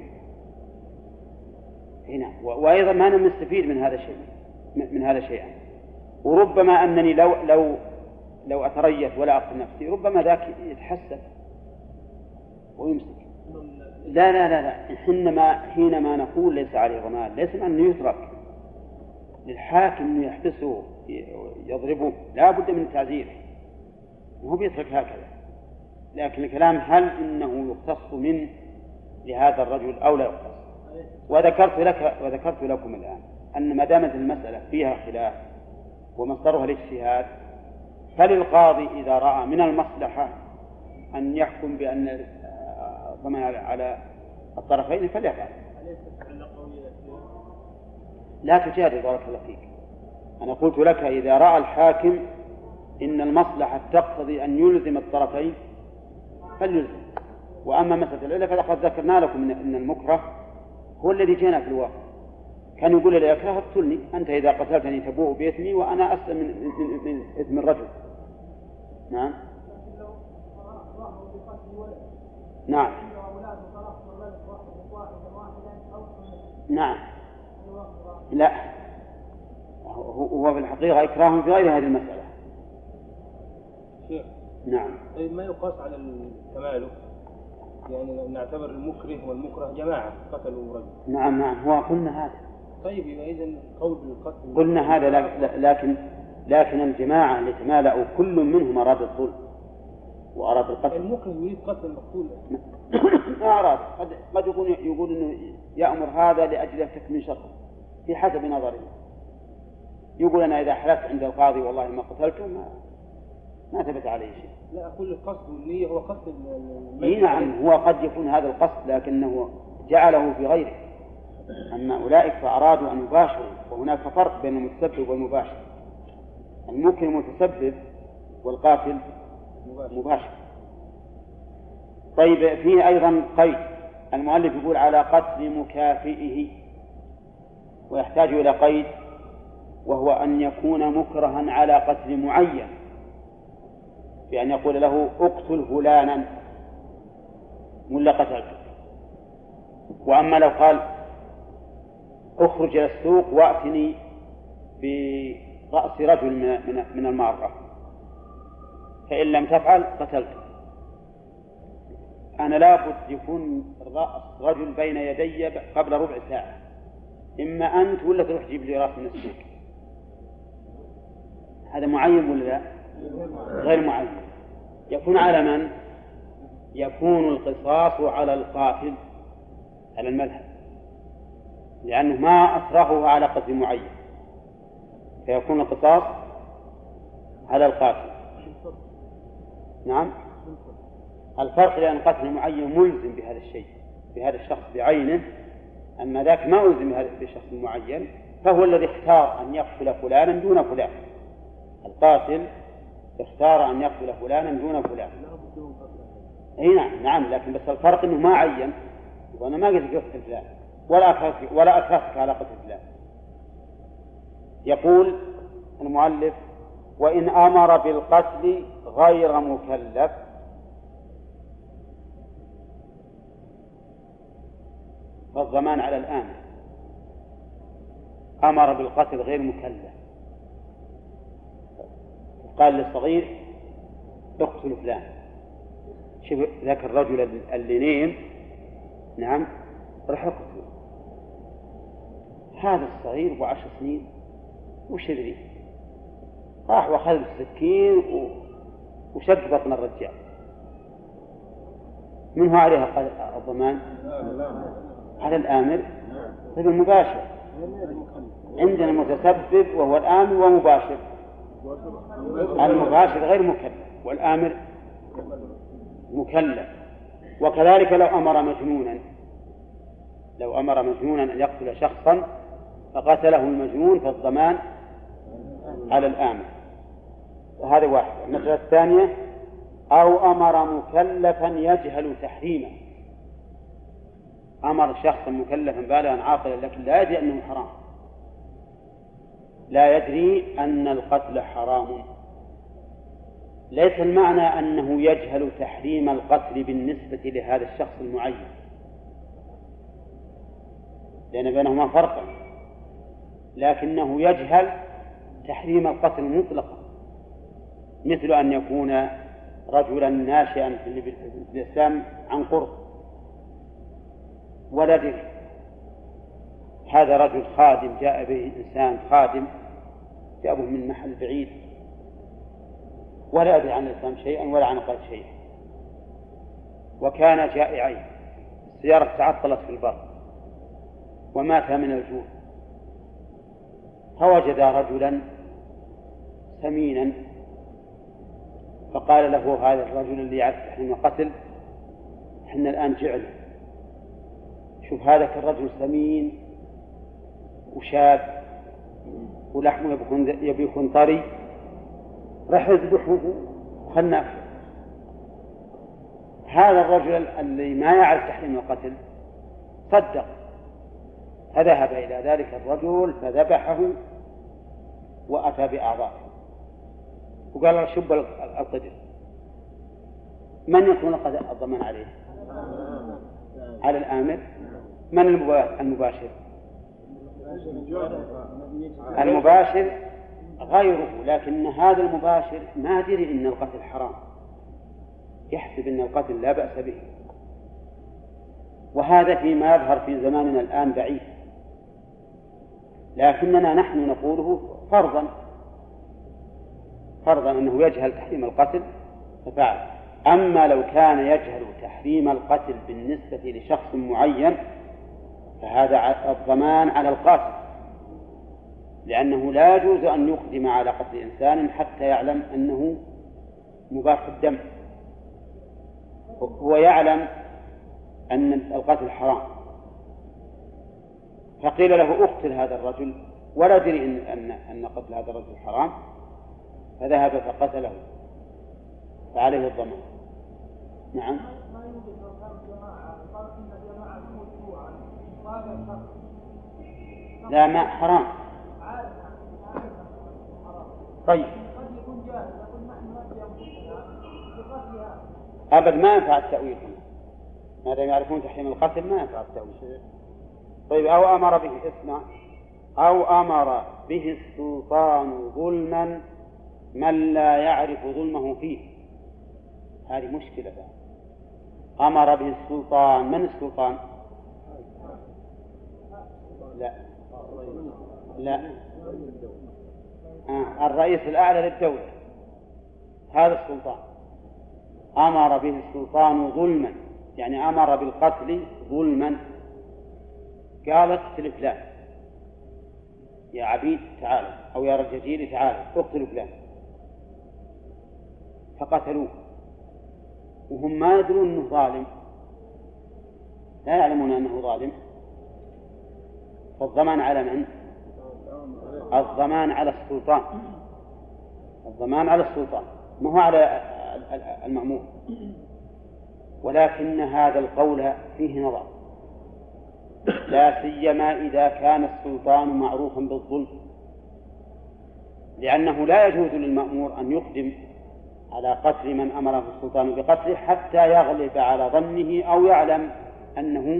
هنا. وأيضا ما أنا مستفيد من هذا الشيء من هذا الشيء وربما أنني لو لو لو أتريث ولا أقتل نفسي ربما ذاك يتحسن ويمسك. لا لا لا لا حينما حينما نقول ليس عليه ضمان، ليس أنه يترك للحاكم أنه يحبسه يضربه، لا بد من التعزير، وهو بيترك هكذا. لكن الكلام هل إنه يقتص منه لهذا الرجل أو لا يقتص. وذكرت لك وذكرت لكم الآن أن ما دامت المسألة فيها خلاف ومصدرها الاجتهاد، فللقاضي إذا رأى من المصلحة أن يحكم بأن ضمن على الطرفين فليفعل. لا تجادل بارك الله فيك. أنا قلت لك إذا رأى الحاكم إن المصلحة تقتضي أن يلزم الطرفين فليلزم. وأما مسألة العلة فلقد ذكرنا لكم أن المكره هو الذي جاءنا في الواقع، كان يقول لي يكره اقتلني أنت إذا قتلتني تبوء بإثمي وأنا أسلم من, من, من إثم الرجل. نعم نعم نعم لا هو في الحقيقة إكراه في غير هذه المسألة. نعم. ما يقاس على التمالك، يعني نعتبر المكره والمكره جماعة قتلوا رجل. نعم نعم هو قلنا هذا. طيب إذن قول بالقتل قلنا هذا، لكن لكن الجماعة اللي تمالأوا كل منهم أراد الظلم وأراد القتل. المكره يريد قتل المقتول. ما أراد، قد قد يكون يقول إنه يأمر هذا لأجل يفتك من شره في حسب نظره. يقول أنا إذا حلفت عند القاضي والله ما قتلته ما ما ثبت عليه شيء. لا أقول القصد والنية هو قصد. إيه نعم هو قد يكون هذا القصد لكنه جعله في غيره. أما أولئك فأرادوا أن يباشروا، وهناك فرق بين المتسبب والمباشر. الممكن متسبب والقاتل مباشر. طيب فيه أيضا قيد، المؤلف يقول على قتل مكافئه، ويحتاج إلى قيد وهو أن يكون مكرها على قتل معين، بأن يقول له اقتل فلانا ولا قتلته. وأما لو قال اخرج إلى السوق وأتني برأس رجل من من المارة فإن لم تفعل قتلته، أنا لابد يكون رأس رجل بين يدي قبل ربع ساعة، إما أنت ولا تروح تجيب لي رأس من السوق. هذا معين ولا لا؟ غير معين. يكون على من؟ يكون القصاص على القاتل على المذهب، لأنه ما أكرهه على قتل معين، فيكون القصاص على القاتل. نعم، الفرق لأن قتل معين ملزم بهذا الشيء بهذا الشخص بعينه، أما ذاك ما ألزم بشخص معين، فهو الذي اختار أن يقتل فلانا دون فلان. القاتل اختار أن يقتل فلانا دون فلان. اي نعم نعم، لكن بس الفرق انه ما عين، وانا ما قلت قتل فلان ولا اكرهتك ولا اكرهتك على قتل فلان. يقول المؤلف: وإن أمر بالقتل غير مكلف فالضمان على الآمر. أمر بالقتل غير مكلف، قال للصغير اقتل فلان، شوف ذاك الرجل اللي نيم نعم راح يقتل، هذا الصغير ابو عشر سنين وش يدري، راح واخذ السكين وشق بطن الرجال. من هو عليها الضمان؟ على الآمر. طيب المباشر عندنا متسبب وهو الآمر ومباشر. المباشر غير مكلف والآمر مكلف. وكذلك لو أمر مجنونا لو أمر مجنونا أن يقتل شخصا فقتله المجنون فالضمان على الآمر. هذه واحدة. المسألة الثانية: أو أمر مكلفا يجهل تحريمه، أمر شخصا مكلفا بالغا عاقلا لكن لا يدري أنه حرام، لا يدري أن القتل حرام. ليس المعنى أنه يجهل تحريم القتل بالنسبة لهذا الشخص المعين، لأن بينهما فرقا، لكنه يجهل تحريم القتل مطلقا، مثل أن يكون رجلا ناشئا في الإسلام عن قرب ولا دري، هذا رجل خادم جاء به إنسان خادم جاءه من محل بعيد ولا يدري عن الإسلام شيئا ولا عن القتل شيئا، وكان جائعين، السيارة تعطلت في البر ومات من الجوع، فوجد رجلا سمينا فقال له هذا الرجل اللي يعرف تحريم القتل: احنا الآن جعنا، شوف هذاك الرجل سمين وشاب ولحمه يبي يكون طري، راح يذبحه وخلنا ناكله. هذا الرجل اللي ما يعرف تحريم القتل صدق، فذهب إلى ذلك الرجل فذبحه وأتى بأعضائه وقال له: شب القدر. من يكون الضمان عليه؟ على الآمر. من المباشر؟ المباشر غيره، لكن هذا المباشر ما يدري إن القتل حرام، يحسب إن القتل لا بأس به، وهذا فيما يظهر في زماننا الآن بعيد، لكننا نحن نقوله فرضا فرضا أنه يجهل تحريم القتل ففعل. أما لو كان يجهل تحريم القتل بالنسبة لشخص معين فهذا الضمان على القاتل، لأنه لا يجوز أن يقدم على قتل إنسان حتى يعلم أنه مباح الدم، هو يعلم أن القتل حرام، فقيل له: اقتل هذا الرجل، ولا يدري إن, أن, أن قتل هذا الرجل حرام، فذهب فقتله فعليه الضمان. نعم. لا، ما حرام. طيب أبد ما ينفع التأويل، ما دام يعرفون تحريم القتل ما ينفع التأويل. طيب أو أمر به اسمع أو أمر به السلطان ظلما من لا يعرف ظلمه فيه، هذه مشكلة بقى. أمر به السلطان، من السلطان؟ لا لا آه. الرئيس الأعلى للدولة هذا السلطان. أمر به السلطان ظلما، يعني أمر بالقتل ظلما، قال اقتل فلان يا عبيد تعالوا، أو يا رجاجيل تعالوا اقتلوا فلان، فقتلوه وهم ما يدرون أنه ظالم، لا يعلمون أنه ظالم. فالضمان على من؟ الضمان على السلطان، الضمان على السلطان ما هو على المأمور. ولكن هذا القول فيه نظر، لا سيما إذا كان السلطان معروفا بالظلم، لأنه لا يجوز للمأمور أن يقدم على قتل من أمره السلطان بقتله حتى يغلب على ظنه أو يعلم أنه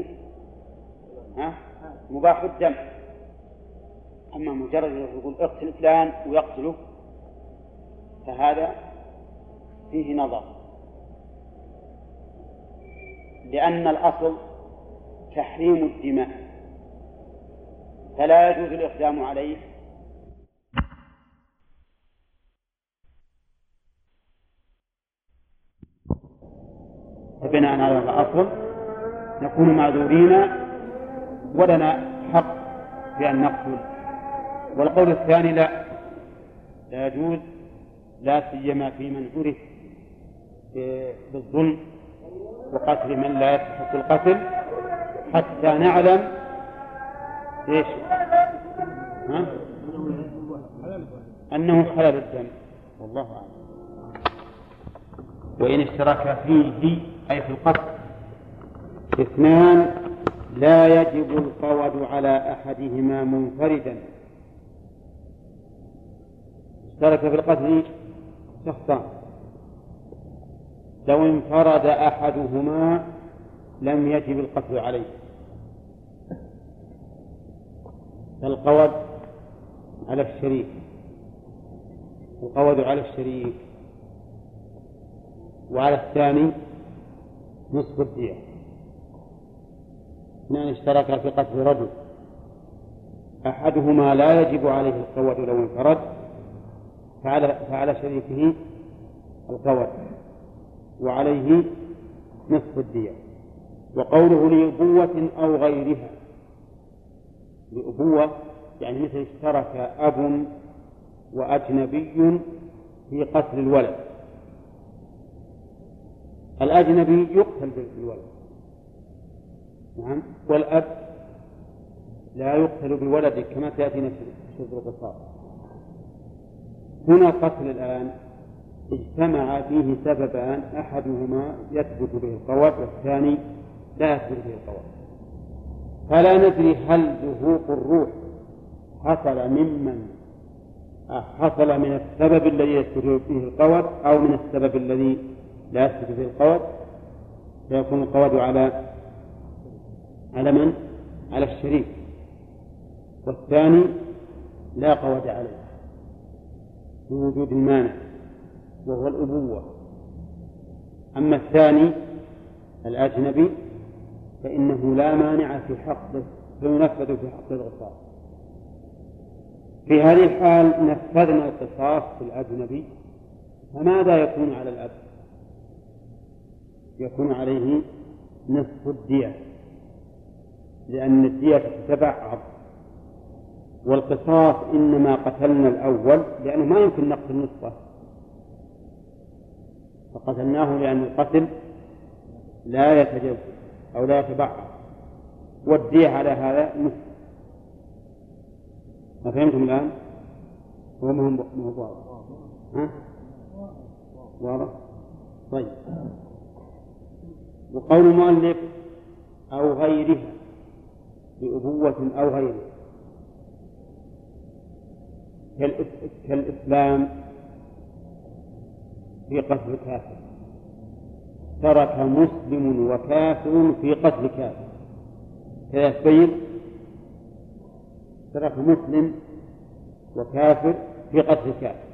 مباح الدم. أما مجرد يقول اقتل فلان ويقتله فهذا فيه نظر، لأن الأصل تحريم الدماء، فلا يجوز الإقدام عليه فبناء على الأصل نكون معذورين ولنا حق في أن نقتل. والقول الثاني لا لا يجوز، لا سيما في من عرف بالظلم وقتل من لا يستحق القتل حتى نعلم ايش ها؟ أنه حلال الدم، والله أعلم. وإن اشترك فيه أي في القتل اثنان لا يجب القود على أحدهما منفردا. اشترك في القتل شخصان، لو انفرد أحدهما لم يجب القتل عليه، فالقود على الشريك، القود على الشريك، وعلى الثاني نصف الدية. اثنان اشتركا في قتل رجل، أحدهما لا يجب عليه القود لو انفرد، فعلى, فعلى شريكه القود وعليه نصف الدية. وقوله لأبوة أو غيرها، لأبوة يعني مثل اشترك أب وأجنبي في قتل الولد، الأجنبي يقتل بالولد نعم، والأب لا يقتل بالولد كما تأتينا في شرط القصاص. هنا قتل الآن اجتمع فيه سببان، أحدهما يثبت به القود والثاني لا يثبت به القود، فلا ندري هل ذهوق الروح حصل ممن حصل من السبب الذي يثبت به القود أو من السبب الذي لا يثبت به القود، فيكون القود على على من؟ على الشريك، والثاني لا قود عليه بوجود المانع وهو الأبوة. أما الثاني الأجنبي فإنه لا مانع في حقه فينفذ في حق القصاص. في هذه الحال نفذنا القصاص في الأجنبي، فماذا يكون على الأب؟ يكون عليه نصف الدية، لأن الدية تتبع عض، والقصاص إنما قتلنا الأول لأنه ما يمكن نقتل نصفه، فقتلناه لأن القتل لا يتجزأ أو لا يتبعض، والدية على هذا نصف. ما فهمتم الآن؟ هو مهم واضح؟ ها؟ واضح؟ طيب. وقول المؤلف أو غيرها بأبوة أو غيرها كالإسلام في قتل الكافر، ترك مسلم وكافر في قتل كافر، كذا تبين ترك مسلم وكافر في قتل كافر.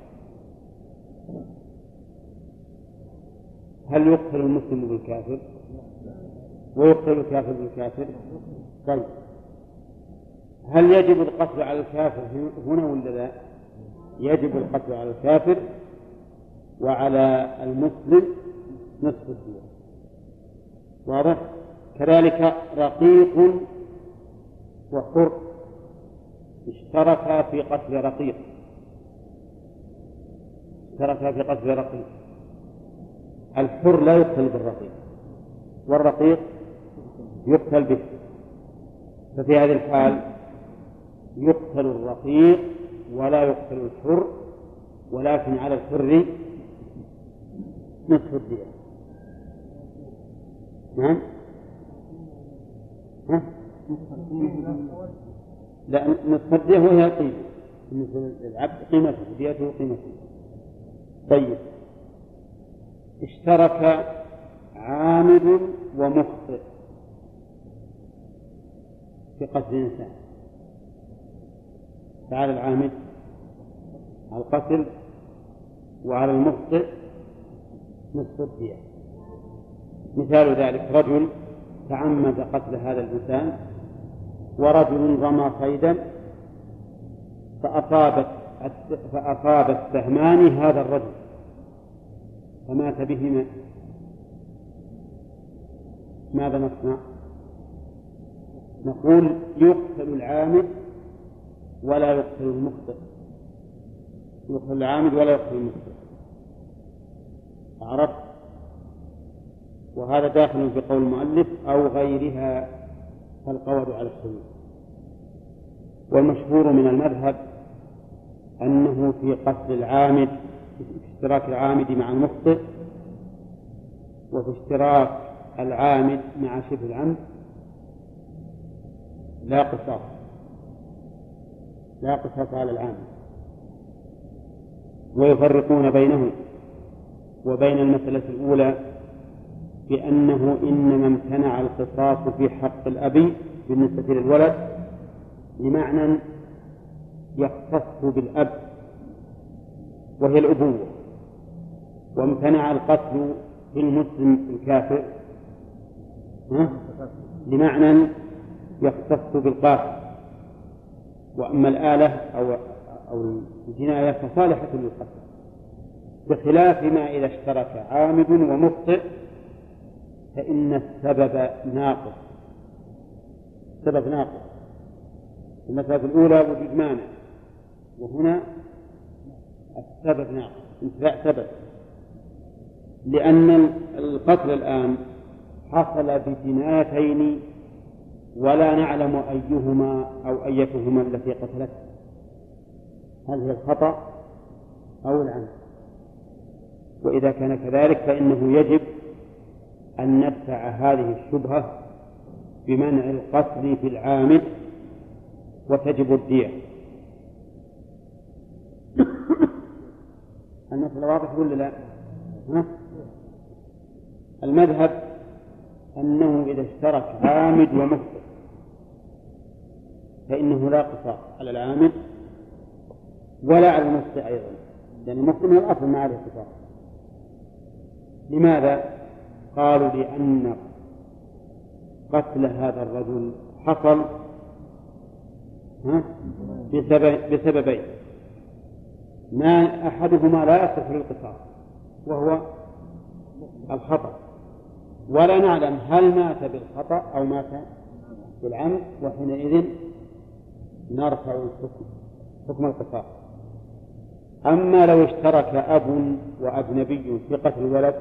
هل يقتل المسلم بالكافر ويقتل الكافر بالكافر؟ طيب، هل يجب القتل على الكافر هنا ولا لا؟ يجب القتل على الكافر وعلى المسلم نصف الدية. واضح؟ كذلك رقيق وحر اشتركا في قتل رقيق اشتركا في قتل رقيق. الحر لا يقتل بالرقيق والرقيق يقتل به، ففي هذه الحال يقتل الرقيق ولا يقتل الحر، ولكن على الحر نصف الدية. نعم؟ ها؟ لا، نصف الدية وهي قيمة مثل العبد قيمته ديته قيمته. طيب، اشترك عامد ومخطئ في قتل إنسان، فعلى العامد على القتل وعلى المخطئ نصف الدية. مثال ذلك رجل تعمد قتل هذا الإنسان، ورجل رمى صيدا فأصابت فأصاب السهمان هذا الرجل فمات بهما، ماذا نصنع؟ نقول يقتل العامد ولا يقتل المخطئ، يقتل العامد ولا يقتل المخطئ. عرفت؟ وهذا داخل في قول المؤلف أو غيرها فالقول على السبيل. والمشهور من المذهب أنه في قتل العامد في اشتراك العامد مع المخطئ، وفي اشتراك العامد مع شبه العمد لا قصاص، لا قصاص على العامد. ويفرقون بينه وبين المسألة الأولى بأنه إنما امتنع القصاص في حق الأب بالنسبة للولد لمعنى يختص بالأب وهي الأبوة، وامتنع القتل في المسلم الكافر لمعنى يختص بالقاتل. وأما الآلة أو أو الجناية فصالحة للقتل، بخلاف ما إذا اشترك عامد ومخطئ فإن السبب ناقص، السبب ناقص. المسألة الأولى وجود مانع، وهنا السبب ناقص، انتفاع سبب، لأن القتل الآن حصل بجنايتين ولا نعلم أيهما أو أيتهما التي قتلته، هل هي الخطأ أو العمد. وإذا كان كذلك فإنه يجب أن ندفع هذه الشبهة بمنع القتل في العامد وتجب الدية. المسألة واضح ولا لا؟ ها؟ المذهب أنه إذا اشترك عامد ومخطئ فإنه لا قصاص على العامد ولا على المخطئ أيضا، لأن المخطئ من الأصل ما عليه قصاص. لماذا؟ قالوا لأن قتل هذا الرجل حصل بسبب بسببين، ما أحدهما لا يصح للقصاص وهو الخطأ، ولا نعلم هل مات بالخطأ أو مات بالعمد، وحينئذ نرفع الحكم حكم القصاص. أما لو اشترك أب وأجنبي في قتل الولد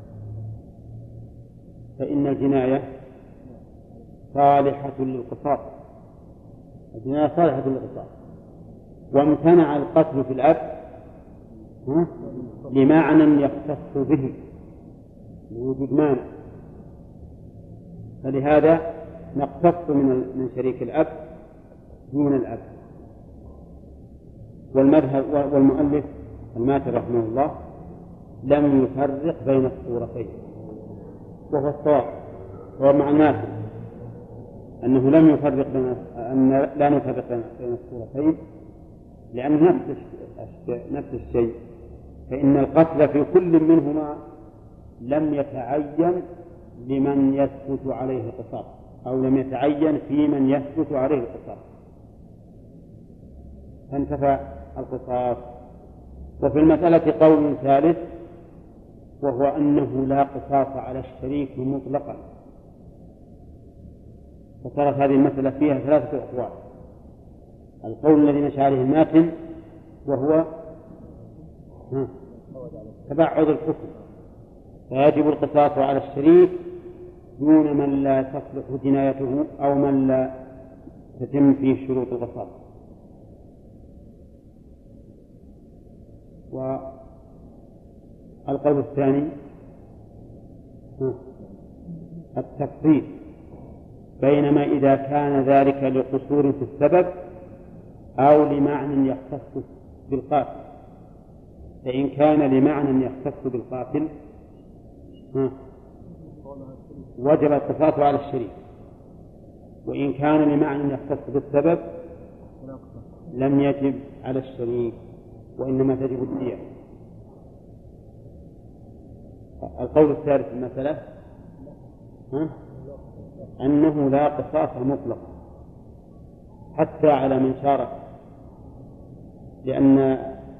فإن الجناية صالحة للقصاص، الجناية صالحة للقصاص، وامتنع القتل في الأب لمعنى يختص به لوجود مانع، فلهذا نقتص من من شريك الأب دون الأب. والمذهب والمؤلف الماتر رحمه الله لم يفرق بين الصورتين، وهو الصواب، هو مع الماتر أنه لم يفرق بين أن لا نفرق بين الصورتين، لأن نفس نفس الشيء، فإن القتل في كل منهما لم يتعين لمن يثبت عليه القصاص، أو لم يتعين في من يثبت عليه القصاص، فانتفى القصاص. وفي المسألة قول ثالث وهو أنه لا قصاص على الشريك مطلقا. فصارت هذه المسألة فيها ثلاثة أقوال. القول الذي مشى عليه الماتن وهو تبعد الكفر، فيجب القصاص على الشريك دون من لا تصلح جنايته أو من لا تتم فيه شروط القصاص. والقول الثاني التفصيل، بينما إذا كان ذلك لقصور في السبب أو لمعنى يختص بالقاتل، فإن كان لمعنى يختص بالقاتل وجب القصاص على الشريك، وإن كان لمعنى يختص بالسبب لم يجب على الشريك وإنما تجب الدية. القول الثالث في المسألة أنه لا قصاص مطلق حتى على من شارك، لأن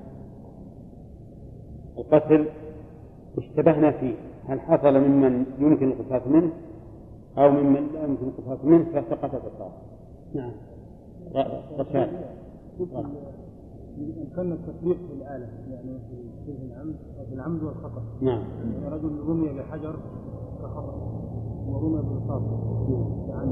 القتل اشتبهنا فيه، هل حصل ممن يمكن القصاص منه أو ممن لا يمكن القصاص منه فسقط القصاص. نعم. رشاد. يمكن التطبيق في الآلة، يعني في العمد في العمد والخطأ. نعم. يعني رجل رمي بحجر فخطأ ورمي بالرصاص يعني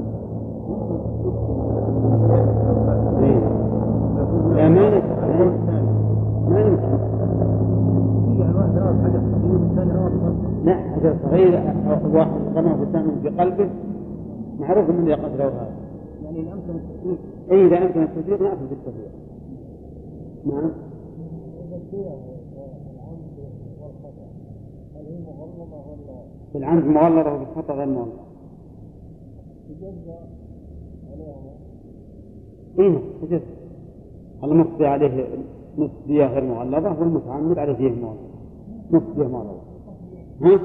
لا ما نمكن ما يمكن يعني واحد رأى حجر صغير والثاني رأى بقلبه. لا، حجر صغير واحد رمى بالثاني بقلبه معروف من يقتله هذا. يعني إن أمكن التطبيق. أي إذا أمكن التطبيق نأخذ بالتطبيق. نعم. في العمد مغلظة وفي الخطأ غير مغلظة. إيه تجد المخطئ عليه نصف دية غير مغلظة والمتعمد عليه دية مغلظة نصف دية مغلظة. ها؟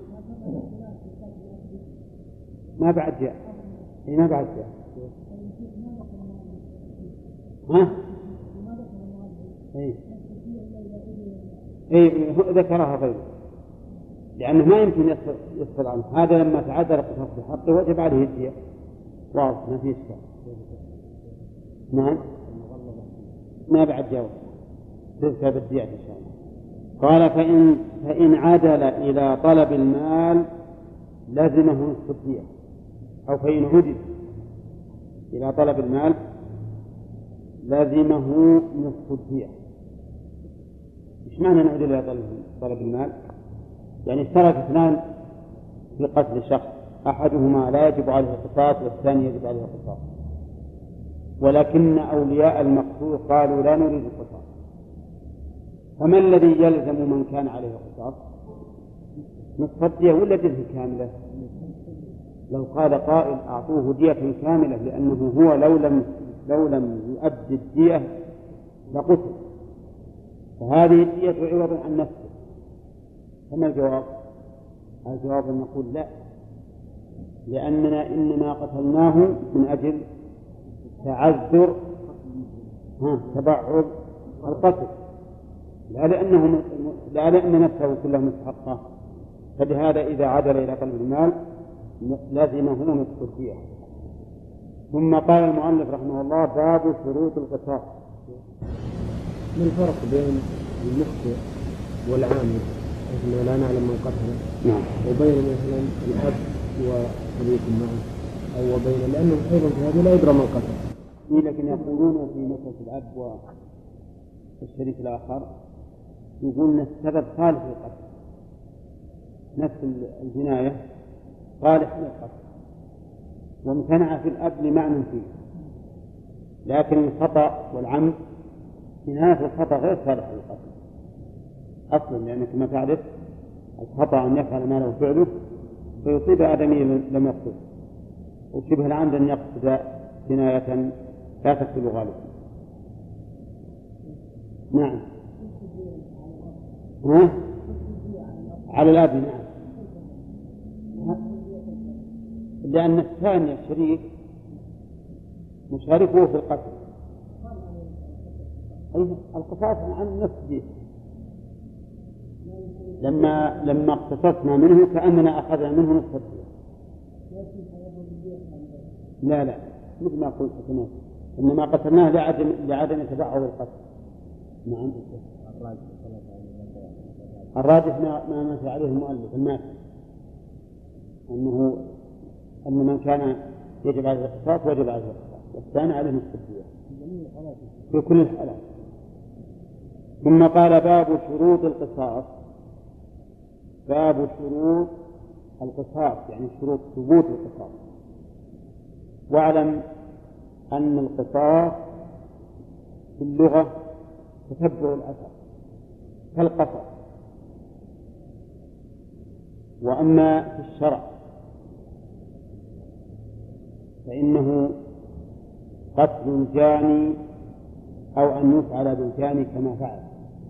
ما بعد جاء. إيه ما بعد جاء. ها؟ إيه إيه ذكرها غيره لأنه ما يمكن يسقط عنه. هذا لما تعدل القصاص بحقه وجب عليه الدية. واضح ما في إشكال. نعم ما بعد جاوب تذكر بالدية إن شاء الله. قال فإن, فإن عدل إلى طلب المال لزمه نصف الدية، أو فإن عدل إلى طلب المال لزمه نصف الدية. إيش معنى نعدل إلى طلب المال؟ يعني اشترك اثنان في قتل شخص، أحدهما لا يجب عليه القصاص والثاني يجب عليه القصاص، ولكن أولياء المقتول قالوا لا نريد القصاص، فما الذي يلزم من كان عليه القصاص؟ نصف الدية ولا دية كاملة؟ لو قال قائل أعطوه دية كاملة لأنه هو لو لم لو لم يؤدي الدية لقتل، فهذه الدية عوض عن نفسه، فما الجواب؟ الجواب أن نقول لا، لأننا إنما قتلناه من أجل تعذر تبعض القتل، لا لأنه لا لأن نفسه كلها مستحقة. فلهذا إذا عدل إلى طلب المال لازمه نصف الدية. ثم قال المؤلف رحمه الله باب شروط القصاص. ما الفرق بين المخطئ والعامل إحنا لا نعلم من قتله؟ نعم. وبين مثلا الأب وشريك معه، أو وبين لأنه أيضا في هذه لا يدرى من قتل. لكن يقولون في مسألة الأب والشريك الآخر يقولون السبب صالح للقتل، نفس الجناية صالح للقتل وامتنع في الأب لمعنى فيه، لكن الخطأ والعمد في نهاية الخطأ غير صالح للقتل أصلا، لأنك ما تعرف الخطأ أن يفعل ما له فعله فيصيب آدمي لم يقصد، وشبه العمد أن يقصد جناية لا تقتل غالبا. نعم. ها؟ على الأب. نعم. لأن الثاني الشريك مشاركه في القتل، القصاص عن نفسه لما لما اقتصصنا منه كأننا أخذنا منه نصف الدية. لا لا مثل ما قلت كمان إنما قتلناه لعدم لعدم تبعه القتل. نعم. الراجح ما ما مشى عليه المؤلف الناس أنه أن من كان يجب عليه القصاص وجب عليه القصاص والثاني عليه نصف الدية في كل الحالات. ثم قال باب شروط القصاص. باب شروط القصاص يعني شروط ثبوت القصاص. واعلم أن القصاص في اللغة تتبع الأثر كالقصر، وأما في الشرع فإنه قتل الجاني أو أن يفعل بالجاني كما فعل.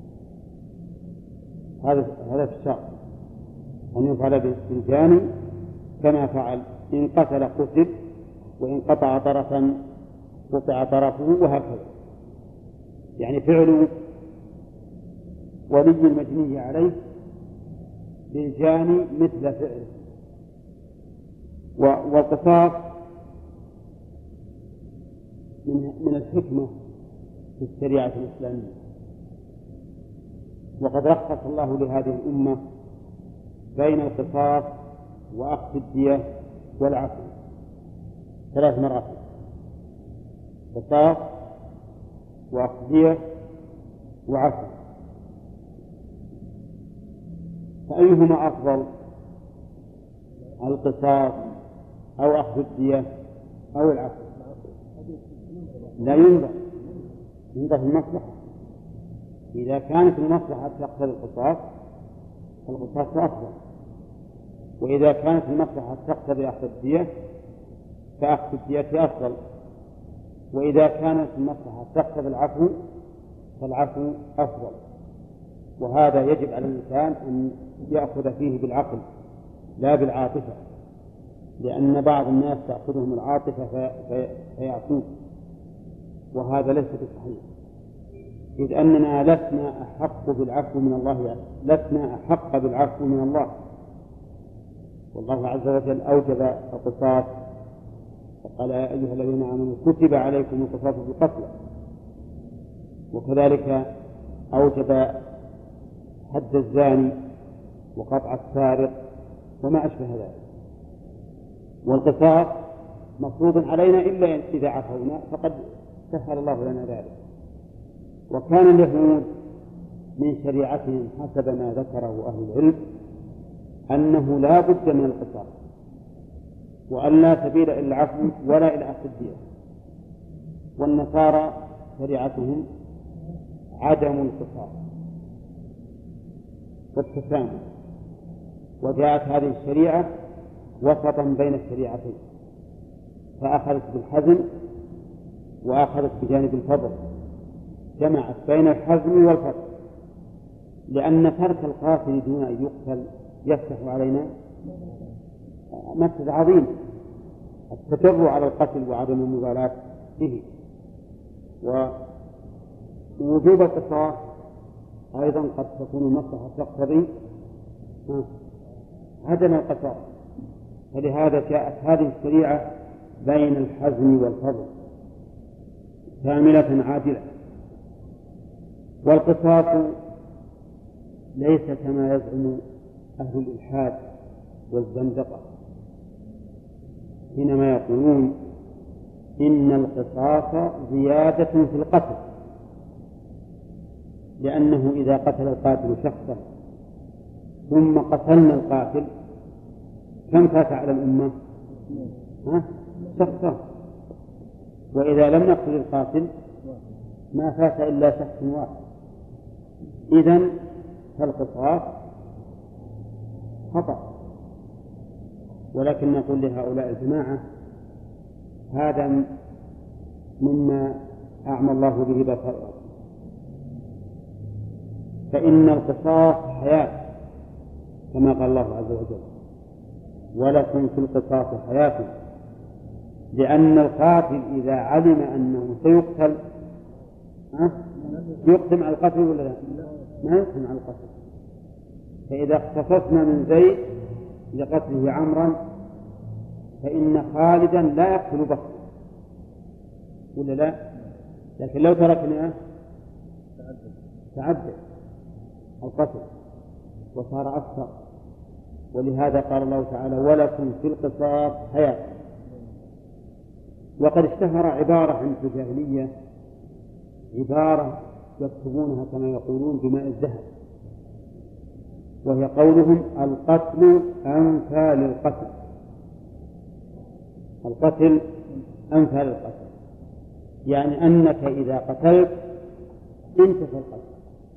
هذا هذا في الشرع أن يفعل بالجاني كما فعل، إن قتل قتل وإن قطع طرفا قطع طرفه وهكذا. يعني فعل ولي المجني عليه بالجاني مثل فعله. والقصاص من الحكمة في الشريعة الإسلامية، وقد رخص الله لهذه الأمة بين القصاص وأخذ الدية والعفو ثلاث مرات: قصاص وأخذ دية وعفو. فأيهما أفضل، القصاص أو أخذ الدية أو العفو؟ لا ينظر ينظر في المصلحة. إذا كانت المصلحة تقتضي القصاص فالقصاص أفضل، وإذا كانت المصلحة تقتضي أخذ الدية فأخذ الدية أفضل، وإذا كانت المصلحة تقتضي العفو فالعفو أفضل. وهذا يجب على الإنسان أن يأخذ فيه بالعقل لا بالعاطفة، لأن بعض الناس تأخذهم العاطفة فيعفون، وهذا ليس بصحيح، إذ أننا لسنا أحق بالعفو من الله، لسنا أحق بالعفو من الله. والله عز وجل أوجب القصاص فقال: يا أيها الذين آمنوا كتب عليكم القصاص في القتلى، وكذلك أوجب حد الزاني وقطع السارق وما أشبه ذلك. والقصاص مفروض علينا إلا إذا عفونا فقد سهل الله لنا ذلك. وكان اليهود من شريعتهم حسب ما ذكره أهل العلم أنه لا بد من القصاص، وأن لا سبيل إلى العفو ولا إلى أخذ الدية. والنصارى شريعتهم عدم القصاص والتسامح، وجاءت هذه الشريعة وسطا بين الشريعتين، فأخذت بالحزم وأخذت بجانب الفضل، جمعت بين الحزم والفضل، لأن ترك القاتل دون أن يقتل يفتح علينا مفسدة عظيمة، التجرؤ على القتل وعدم المبالاة به. ووجوب القصاص أيضا قد تكون المصلحة تقتضي عدم القصاص، فلهذا جاءت هذه الشريعة بين الحزم والفضل كاملة عادلة. والقصاص ليس كما يزعم أهل الإلحاد والزندقة حينما يقولون إن القصاص زيادة في القتل، لأنه إذا قتل القاتل شخصا ثم قتلنا القاتل كم فات على الأمة؟ شخصا. وإذا لم نقتل القاتل ما فات إلا شخص واحد. إذن فالقصاص خطأ. ولكن نقول لهؤلاء الجماعة هذا مما أعمى الله به بصره، فإن القصاص حياة كما قال الله عز وجل: ولكم في القصاص حياة. لأن القاتل إذا علم أنه سيقتل يقدم على القتل ولا لا؟ ما يقدم على القتل، فإذا اقتصصنا من زيد لقتله عمرا فإن خالدا لا يقتل بكرا ولا لا؟ لكن لو تركناه تعدد القتل وصار أكثر. ولهذا قال الله تعالى ولكم في القصاص حياة. وقد اشتهر عبارة عند الجاهلية، عبارة يكتبونها كما يقولون بماء الذهب، وهي قولهم القتل أنفى للقتل، القتل أنفى للقتل، يعني أنك إذا قتلت انتفى القتل.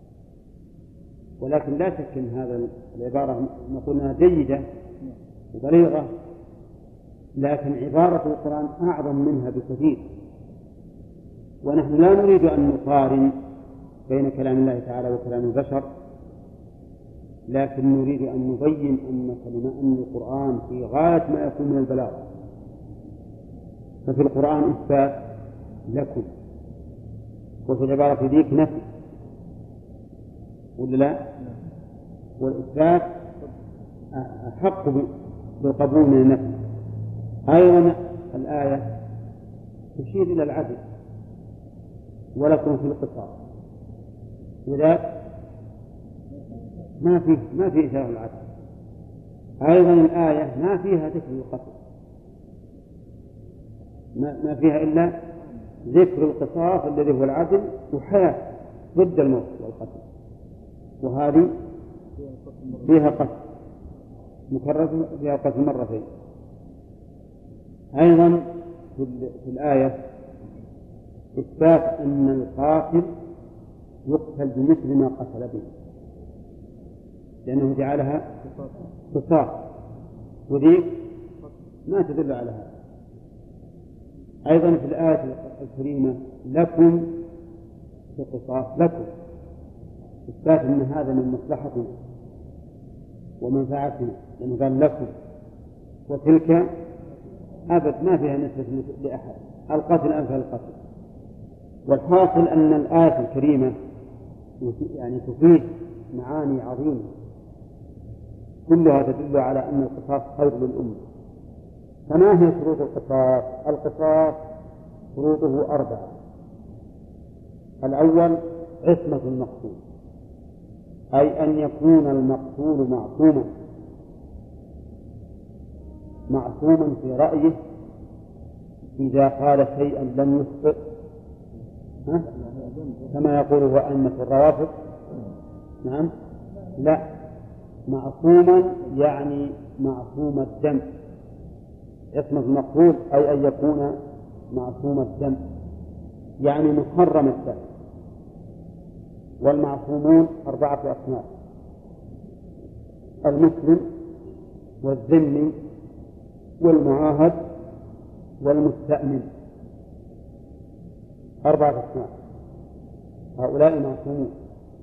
ولكن لا شك أن هذا العبارة نقول أنها جيدة وبليغة، لكن عبارة القرآن أعظم منها بكثير. ونحن لا نريد أن نقارن بين كلام الله تعالى وكلام البشر، لكن نريد أن نبين أن كلمة أن القرآن في غاية ما يكون من البلاغة. ففي القرآن إثبات لكم، وفي العبارة ذيك نفي ولا لا؟ والإثبات أحق بالقبول من النفي. أيضا الآية تشير إلى العدل ولكم في القصاص، وذلك ما فيه ما فيه إشارة العدل. أيضا الآية ما فيها ذكر القتل، ما, ما فيها إلا ذكر القصاص الذي هو العدل وحياة ضد الموت والقتل، وهذه فيها قتل مكرر، فيها قتل مرتين. أيضا في الآية إثبات أن القاتل يقتل بمثل ما قتل به، لأنه جعلها قصاص، وذيك ما تدل على هذا. أيضا في الآية الكريمة لكم في القصاص لكم، إثبات أن هذا من مصلحتنا ومنفعتنا، لأنه قال لكم، وتلك أبد ما فيها نسبة لأحد، القتل أنفى القتل. والحاصل أن الآية الكريمة يعني تفيد معاني عظيمة كلها تدل على أن القصاص خير للأمة. فما هي شروط القصاص؟ القصاص شروطه أربعة. الأول عصمة المقتول، أي أن يكون المقتول معصوما معصوما في رأيه، إذا قال شيئا لم يخطئ كما يقوله أئمة الروافض. نعم، لا، معصوما يعني معصوم الدم. عصمة المقتول أي أن يكون معصوم الدم، يعني محرم الدم. والمعصومون أربعة أصناف: المسلم والذمي والمعاهد والمستأمن، أربعة أصناف، هؤلاء معصومون.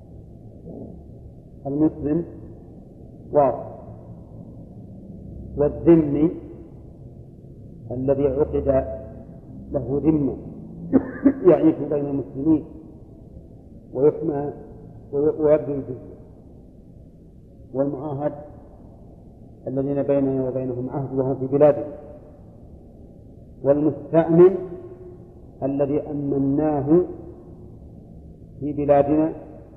المسلم واضح، والذمي الذي عقد له ذمة يعيش بين المسلمين ويحمى ويبذل الجزية، والمعاهد الذين بيننا وبينهم عهد وهم في بلادهم، والمستأمن الذي أمناه في بلادنا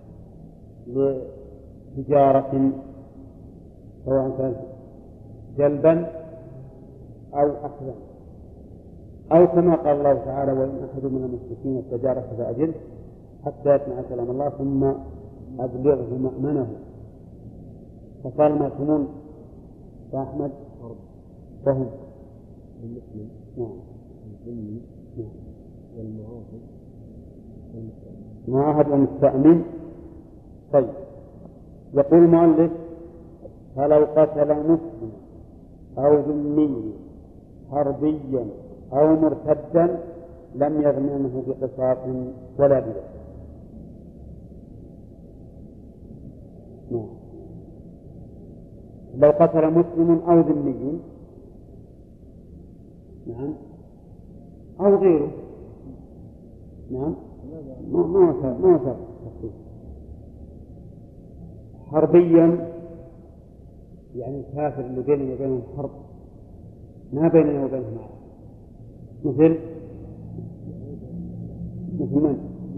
لتجارة سواء كان جلبا أو أخذا، أو كما قال الله تعالى وإن أحد من المشركين استجارك فأجره حتى يسمع كلام الله ثم أبلغه مأمنه. فقال المأمونون يا أحمد فهم المسلم والذمي والمعاهد المعاهد والمستأمن. طيب، يقول المؤلف فلو قتل مسلم أو ذمي حربيا أو مرتدا لم يضمنه بقصاص ولا دية. لو قتل مسلم أو ذمي، نعم، أو غيره، نعم، ما ما ما حربيا يعني الكافر اللي بيننا وبينهم حرب ما بيننا وبينهم عهد، مثل مثل من؟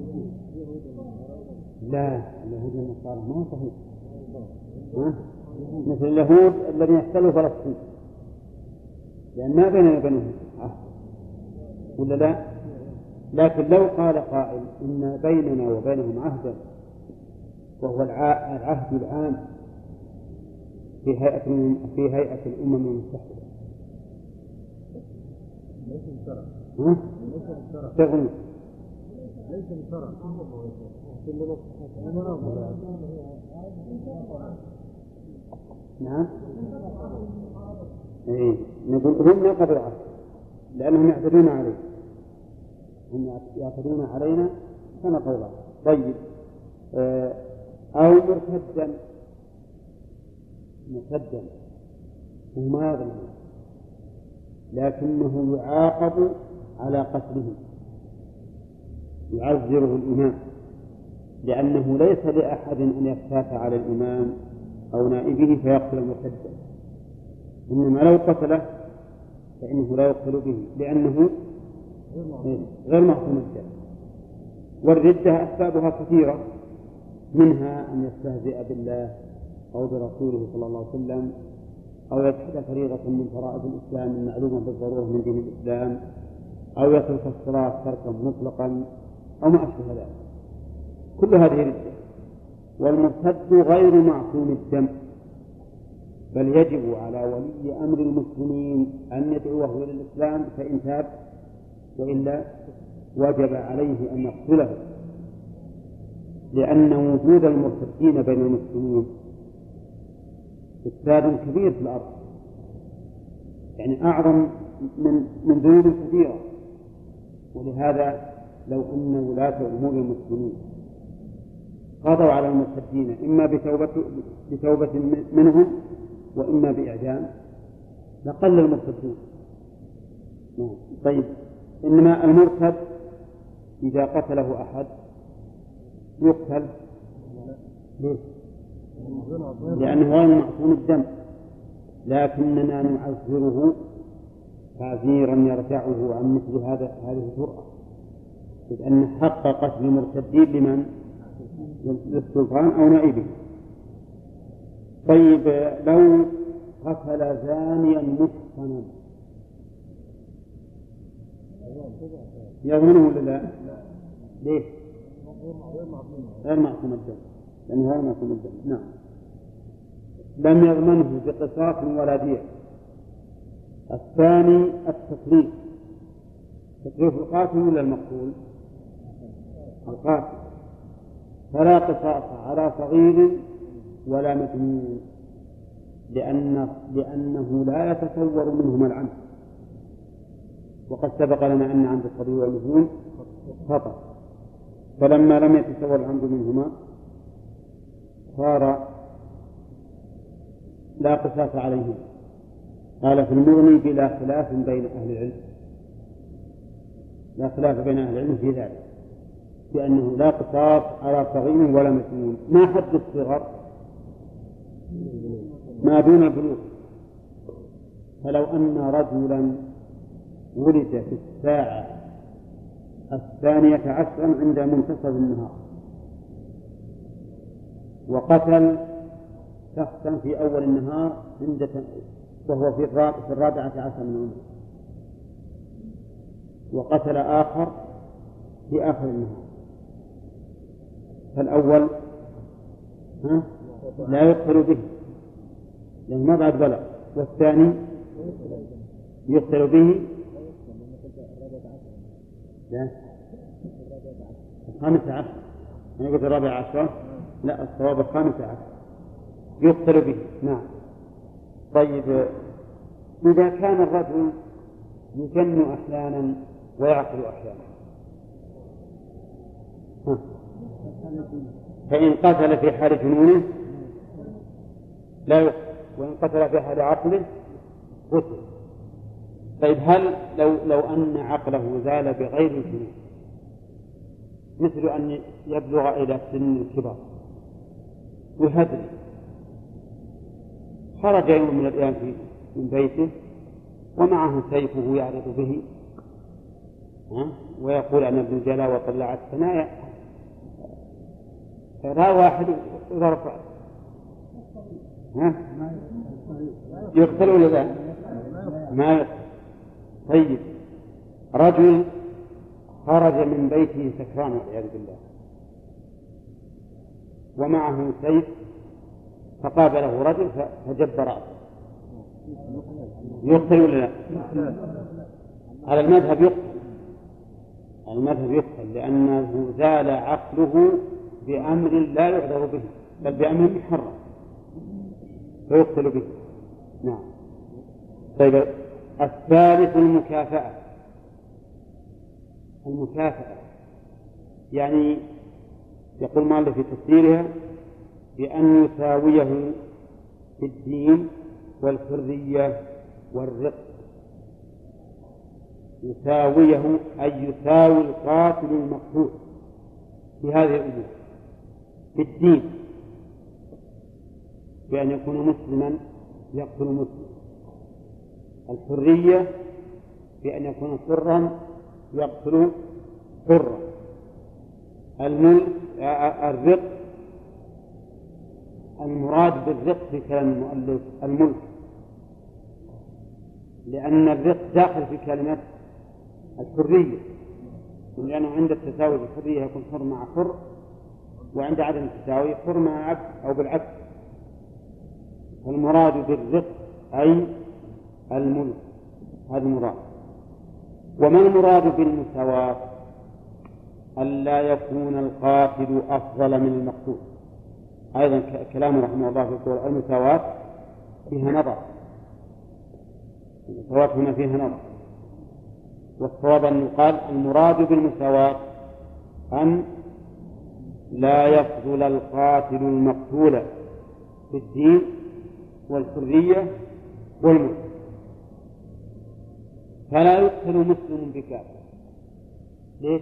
لا، اليهود والنصارى ما هو صحيح. ها؟ مثل اليهود الذين احتلوا فلسطين، لأن ما بيننا وبينهم عهد، ولا لا؟ لكن لو قال قائل إن بيننا وبينهم عهدا وهو العهد العام في هيئة في هيئة الأمم المتحدة، ليس بشرع. ها؟ ليس بشرع. تغني. ليس بشرع. نعم. إيه. نقول هم نقضوا العهد لأنهم يعتدون عليه، هم يعتدون علينا فنقضوا العهد. طيب آه أو مرتدا، مرتدا وما يظلم لكنه يعاقب على قتله، يعذره الإمام، لأنه ليس لأحد أن يفتات على الإمام أو نائبه فيقتل مرتدا، إنما لو قتله فإنه لا يقتل به لأنه غير معصوم الدم. والردة أسبابها كثيرة، منها أن يستهزئ بالله أو برسوله صلى الله عليه وسلم، أو يجحد فريضة من فرائض الإسلام المعلومة بالضرورة من دين الإسلام، أو يترك الصلاة تركا مطلقا أو ما أشبه ذلك، كل هذه ردة. والمرتد غير معصوم الدم، بل يجب على ولي أمر المسلمين أن يدعوه إلى الإسلام فإن تاب، وإلا وجب عليه أن يقتله، لأن وجود المرتدين بين المسلمين إفساد كبير في الأرض، يعني أعظم من من ذنوب كثيرة. ولهذا لو أن ولاة أمور المسلمين قضوا على المرتدين إما بتوبة, بتوبة منهم وإما بإعدام لقل المرتدون. طيب إنما المرتد إذا قتله أحد يقتل، ليش؟ لأنه غير معصوم الدم، لكننا نعذره تعذيرا يرجعه عن مثل هذا هذه الجرأة، إذ أن حق قتل المرتدين لمن؟ للسلطان أو نائبه. طيب لو قتل زانيا محصنا يضمنه ولا لا؟ ليش؟ غير معصوم الدم، لأنه غير معصوم الدم. نعم. لم يضمنه بقصاص ولا دية. الثاني التكليف، تكليف القاتل ولا المقتول؟ القاتل، فلا قصاص على صغير ولا مجنون، لأن لأنه لا يتصور منهما العمد، وقد سبق لنا أن عند الصغير والمجنون خطأ، فلما لم يتصور العمد منهما صار لا قصاص عليهم. قال في المغني بلا خلاف بين أهل العلم، لا خلاف بين أهل العلم في ذلك، بأنه لا قصاص على صغير ولا مجنون. ما حد الصغر؟ ما دون البلوغ. فلو أن رجلا ولد في الساعة الثانية عشرا عند منتصف النهار وقتل شخصا في أول النهار عند وهو في الرابعة عشر من عمره، وقتل آخر في آخر النهار، فالأول ها لا يقتل به لأنه ما بعد بلغ، والثاني يقتل به لا الخامسة عشر، أنا قلت الرابعة عشر، لا الصواب الخامسة عشر يقتل به. نعم. طيب إذا كان الرجل يجن أحيانا ويعقل أحيانا ها. فإن قتل في حال جنونه لا يقتل، وإن قتل في حال عقله قتل. طيب هل لو لو أن عقله زال بغير الجنون، مثل أن يبلغ إلى سن الكبر ويهدر، خرج يوم من الأيام من بيته ومعه سيفه يعرض به ويقول أنا ابن الجلا وطلعت ثنايا، رأى واحد وضرب ها يقتل ولا لا؟ ما يقتل. طيب رجل خرج من بيته سكران والعياذ بالله ومعه سيف فقابله رجل فجب رأسه، يقتل ولا لا؟ على المذهب يقتل، على المذهب يقتل لأنه زال عقله بأمر لا يعذر به بل بأمر محرم فيقتل به. نعم. طيب الثالث المكافأة. المكافأة يعني يقول مالك في تفسيرها بأن يساويه في الدين والحرية والرق. يساويه أي يساوي القاتل المقتول في هذه الأمور. في الدين بأن يكون مسلما يقتل مسلم، الحرية بأن يكون حرا يقتل حرا، الملك الرق المراد بالرق في كلام المؤلف الملك، لأن الرق داخل في كلمة الحرية، لأنه عند التساوي بالحرية يكون حر مع حر، وعند عدم التساوي حر مع عبد أو بالعكس. فالمراد بالرق أي الملك، هذا المراد. وما المراد بالمساواة؟ ألا يكون القاتل أفضل من المقتول. أيضا كلام رحمه الله في القول المساواة فيها نظر، المساواة هنا فيها نظر، والصواب أن يقال المراد بالمساواة أن لا يفضل القاتل المقتول في الدين والحرية والملك. فلا يقتل مسلم بكافر. ليش؟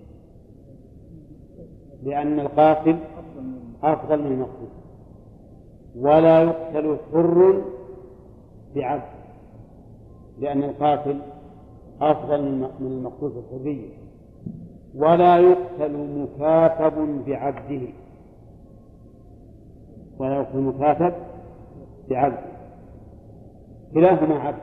لأن القاتل أفضل من المقتول. ولا يقتل حر بعبد، لأن القاتل أفضل من المقتول في الحرية. ولا يقتل مكاتب بعبده، ولا يقتل مكاتب بعبده، كلاهما عبد،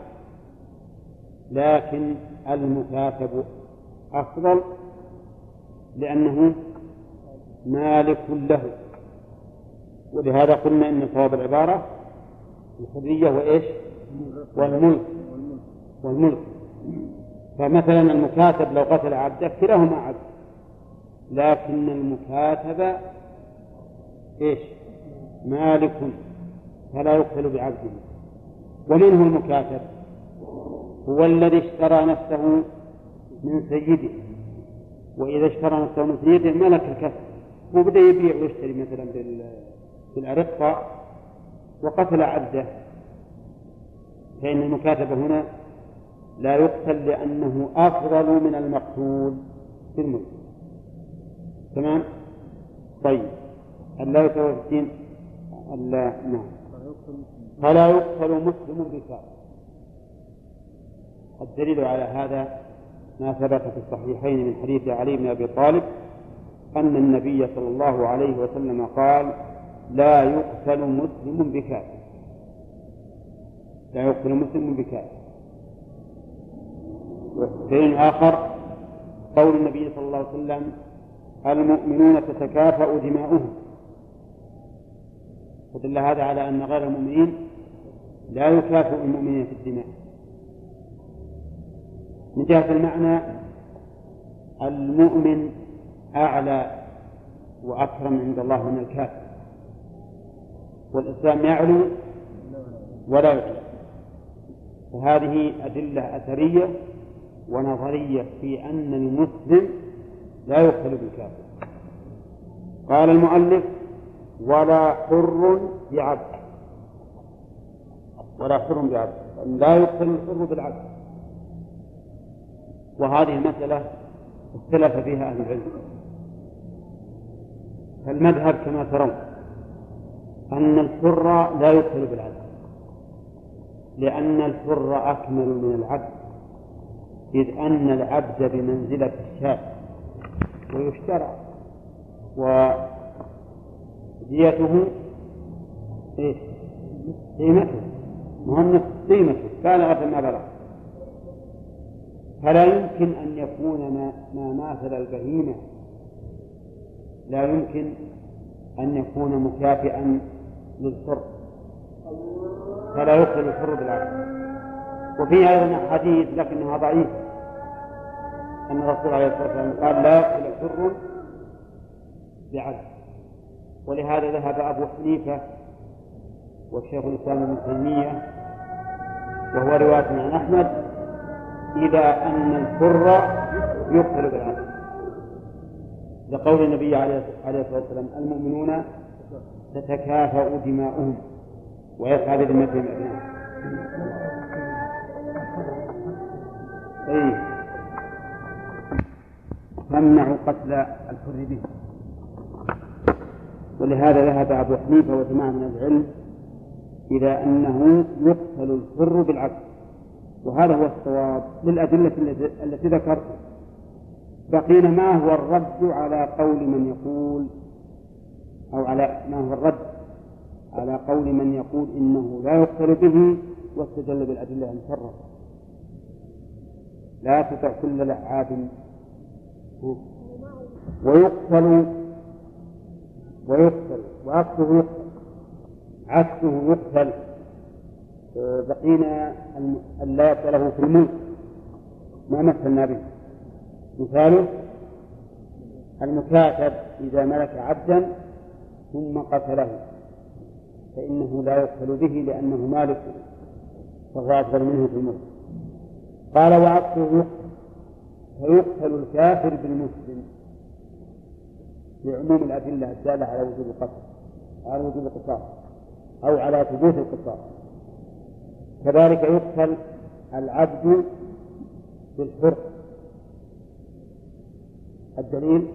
لكن المكاتب أفضل لأنه مالك له. ولهذا قلنا إن صواب العبارة الحرية وإيش والملك والملك. فمثلا المكاتب لو قتل عبده كلاهما عبد، لكن المكاتب إيش مالك فلا يقتل بعبده. ومن هو المكاتب؟ هو الذي اشترى نفسه من سيده، وإذا اشترى نفسه من سيده ملك الكسب، وبدأ يبيع ويشتري مثلا بالأرقة وقتل عبده، فإن المكاتب هنا لا يقتل لأنه أفضل من المقتول في الملك. تمام؟ طيب ألا يسوى في الدين ألا نعم فلا يقتل مسلم بكافر. الدليل على هذا ما ثبت في الصحيحين من حديث علي بن أبي طالب أن النبي صلى الله عليه وسلم قال لا يقتل مسلم بكافر، لا يقتل مسلم بكافر. ودليل آخر قول النبي صلى الله عليه وسلم المؤمنون تتكافأ دماؤهم، فدل هذا على أن غير المؤمنين لا يكافئ المؤمنين في الدماء. من جهة المعنى المؤمن أعلى وأكرم عند الله من الكافر، والإسلام يعلو ولا يعلى. فهذه أدلة أثرية ونظرية في أن المسلم لا يقتل بالكافر. قال المؤلف ولا حر بعبد، ولا حر بعبد، لا يقتل الحر بالعبد. وهذه المسألة اختلف فيها أهل العلم. فالمذهب كما ترون أن الحر لا يقتل بالعبد، لأن الحر أكمل من العبد، إذ أن العبد بمنزلة الشاة ويشترى، وديته إيه؟ قيمته، مهم قيمته بالغة ما بلغ، فلا يمكن أن يكون ما ماثل البهيمة، لا يمكن أن يكون مكافئا للحر، فلا يخرج الحر بالعكس. وفيه أيضا حديث لكنها ضعيف أن الرسول عليه الصلاة والسلام قال لا يأكل حر بعدل، ولهذا ذهب أبو حنيفة والشيخ الإسلام ابن تيمية وهو رواية عن أحمد إلى أن الحر يقتل بالعدل، لقول النبي عليه الصلاة والسلام المؤمنون تتكافأ دماؤهم ويسعى بذمتهم أبنائهم. أي تمنع قتل الحر به، ولهذا ذهب أبو حنيفة وجماعة من العلم إلى أنه يقتل الحر بالعدل، وهذا هو الصواب للأدلة التي ذكرت. بقينا ما هو الرد على قول من يقول أو على ما هو الرد على قول من يقول إنه لا يقتل به واستدل بالأدلة المفرطة. لا تطع كل لعاب ويقتل ويقتل وعكسه يقتل عكسه يقتل. بقينا أن لا يقتله في الملك ما مثلنا به. مثاله المكاتب إذا ملك عبدا ثم قتله فإنه لا يقتل به لأنه مالك فهو أفضل منه في الملك. قال وعكسه يقتل فيقتل الكافر بالمسلم لعموم الأدلة الدالة على وجوب القتل على وجوب القصاص أو على ثبوت القصاص. كذلك يقتل العبد بالحر. الدليل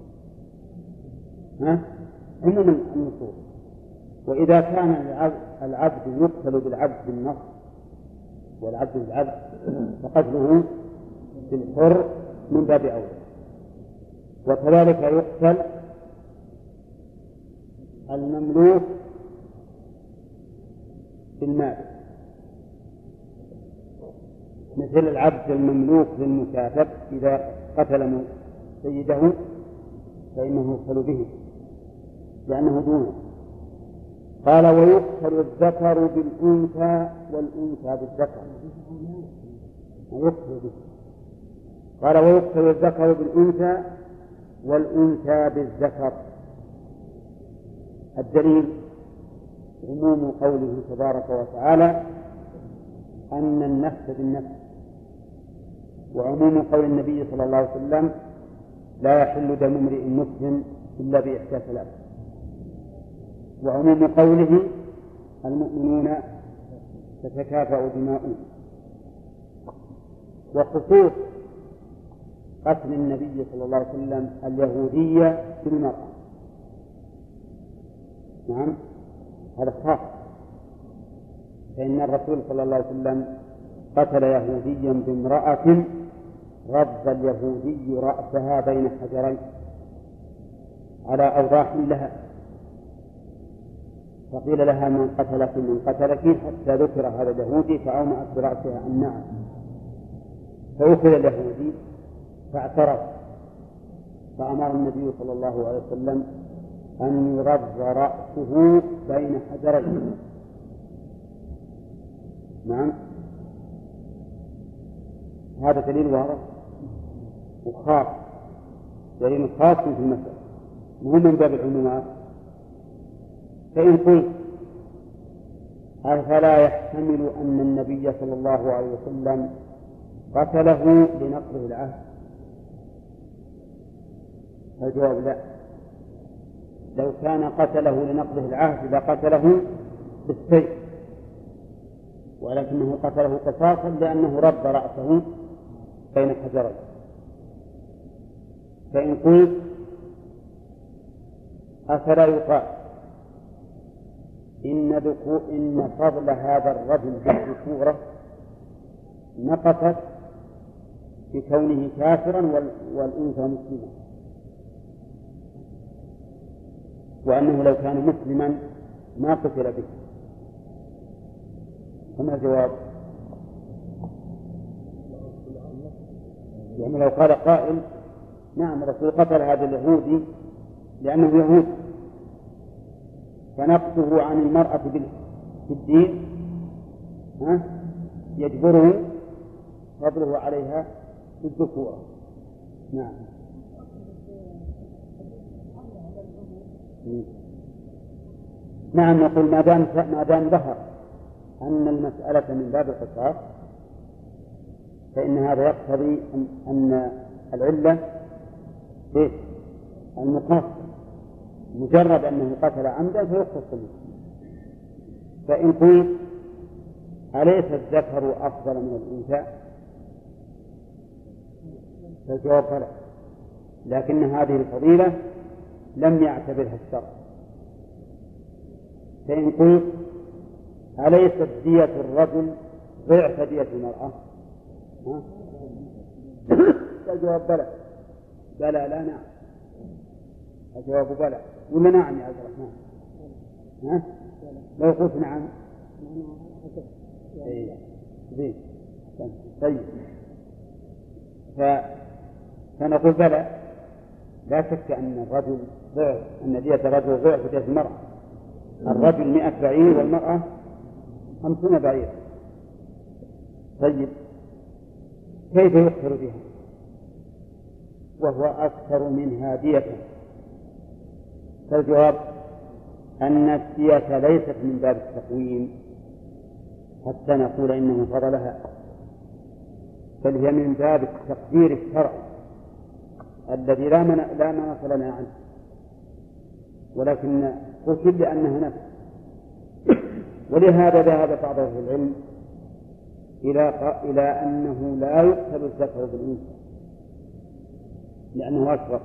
ها عموم النصوص. وإذا كان العبد يقتل بالعبد بالنص والعبد بالعبد فقتله بالحر من باب أولى. وكذلك يقتل المملوك بالمال مثل العبد المملوك للمكاتب إذا قتل سيده فإنه يقتل به لأنه دونه. قال ويقتل الذكر بالأنثى والأنثى بالذكر يقتل به. قال ويقتل الذكر بالأنثى والأنثى بالذكر. الدليل عموم قوله تبارك وتعالى أن النفس بالنفس، وعموم قول النبي صلى الله عليه وسلم لا يحل دم امرئ مسلم إلا بإحدى ثلاث، وعموم قوله المؤمنون تتكافأ دماؤهم، وخصوص قتل النبي صلى الله عليه وسلم اليهودية بالمرأة. نعم هذا خاص، فإن الرسول صلى الله عليه وسلم قتل يهوديا بامرأة رد اليهودي رأسها بين حجرين على أوضاح لها، فقيل لها من قتلك من قتلك حتى ذكر هذا اليهودي فأومأت برأسها النعم، فأخذ اليهودي فاعترف، فأمر النبي صلى الله عليه وسلم أن يرد رأسه بين حجرين. نعم هذا دليل واضح وخاص، دليل خاص في المسألة مهم من باب العمومات. فإن قلت أفلا يحتمل أن النبي صلى الله عليه وسلم قتله لنقضه العهد؟ الجواب لا. لو كان قتله لنقضه العهد لقتله بالسيف، ولكنه قتله قصاصا لأنه رد رأسه بين حجرين. فإن قلت أفلا يقال إن, إن فضل هذا الرجل بالذكورة نقصت بكونه كافرا والأنثى مسلما، وأنه لو كان مسلما ما قتل به. فما الجواب؟ يعني لو قال قائل نعم الرسول قتل هذا اليهودي لأنه يهود، فنقصه عن المرأة في الدين ها يجبره فضله عليها بالذكورة. نعم. نعم نقول ما دام ما دام ظهر أن المسألة من باب القصاص فإن هذا يقتضي أن العلة المقاصة، مجرد أنه قتل عمدا فيقتص به. فإن قلت أليس الذكر أفضل من الأنثى؟ فالجواب لا، لكن هذه الفضيلة لم يعتبرها الشرع. فإن قلت أليست دية الرجل ضعف دية المرأة؟ الجواب بلى. بلى لا نعم. الجواب بلى ولا نعم يا عبد الرحمن؟ ها؟ لو قلت نعم إيه. طيب ف... فنقول بلى، لا شك أن الرجل ضعف، أن دية الرجل ضعف دية المرأة. الرجل مئة بعير والمرأة خمسون بعير. طيب كيف يقتل بها وهو أكثر منها دية؟ فالجواب أن الدية ليست من باب التقويم حتى نقول إنه فضلها، بل هي من باب التقدير الشرعي الذي لا من لا مناص لنا عنه، ولكن قتل لأنه نفس. ولهذا ذهب بعض أهل العلم إلى إلى أنه لا يقتل الذكر بالأنثى لأنه أشرف،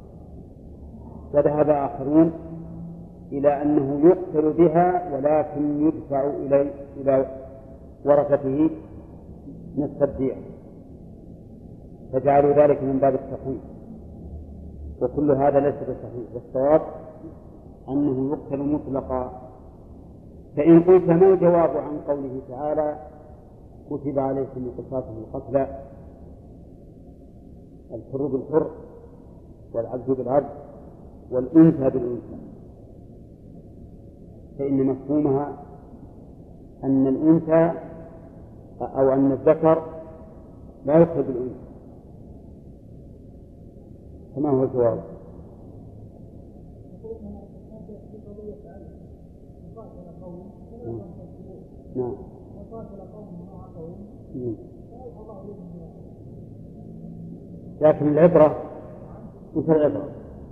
وذهب آخرون إلى أنه يقتل بها ولكن يدفع إلى إلى ورثته نصف الدية، فجعلوا ذلك من باب التقويم، وكل هذا ليس بصحيح. والصواب أنه يقتل مطلقا. فإن قلت ما الجواب عن قوله تعالى كتب عليكم القصاص في القتلى الحر بالحر والعبد بالعبد والأنثى بالأنثى؟ فإن مفهومها أن الأنثى أو أن الذكر لا يقتل بالأنثى. فما هو الجواب؟ نعم. لكن العبرة مثل العبرة.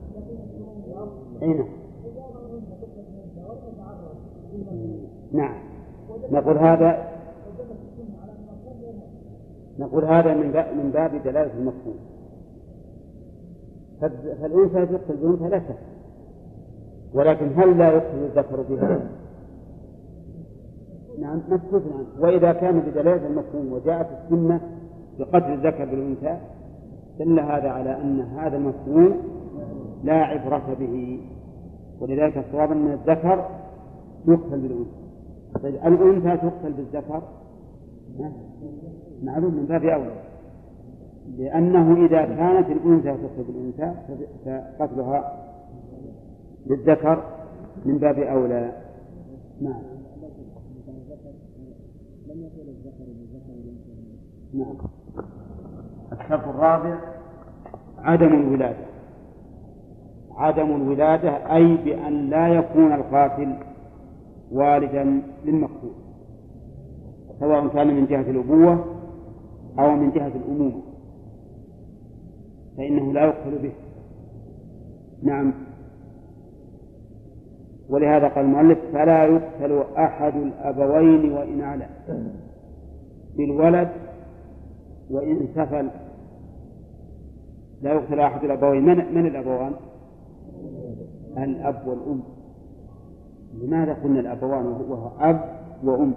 أين؟ نعم. نقول هذا نقول هذا من باب دلالة المفهوم. فالأنثى تقتل بالأنثى لا شك، ولكن هل لا يقتل الذكر بها؟ نعم مفهوم. نعم. وإذا كان بدلالة المفهوم وجاءت السنة بقتل الذكر بالأنثى دل هذا على أن هذا المفهوم لا عبرة به، ولذلك الصواب أن الذكر يقتل بالأنثى. طيب الأنثى تقتل بالذكر معلوم من باب أولى، لأنه إذا كانت الأنثى تقتل بالأنثى فقتلها بالذكر من باب أولى. نعم. نعم. الشرط الرابع عدم الولادة. عدم الولادة أي بأن لا يكون القاتل والدا للمقتول، سواء كان من جهة الأبوة أو من جهة الأمومة، فإنه لا يقتل به. نعم. ولهذا قال المؤلف فلا يقتل أحد الأبوين وإن علا بالولد وإن سفل. لا يقتل أحد الأبوين. من, من الأبوان؟ الأب والأم. لماذا قلنا الأبوان وهو أب وأم؟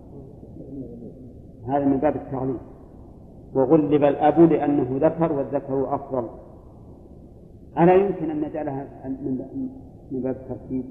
هذا من باب التغليب. وغلب الأب لأنه ذكر والذكر أفضل. ألا يمكن أن نجعلها من باب الترتيب؟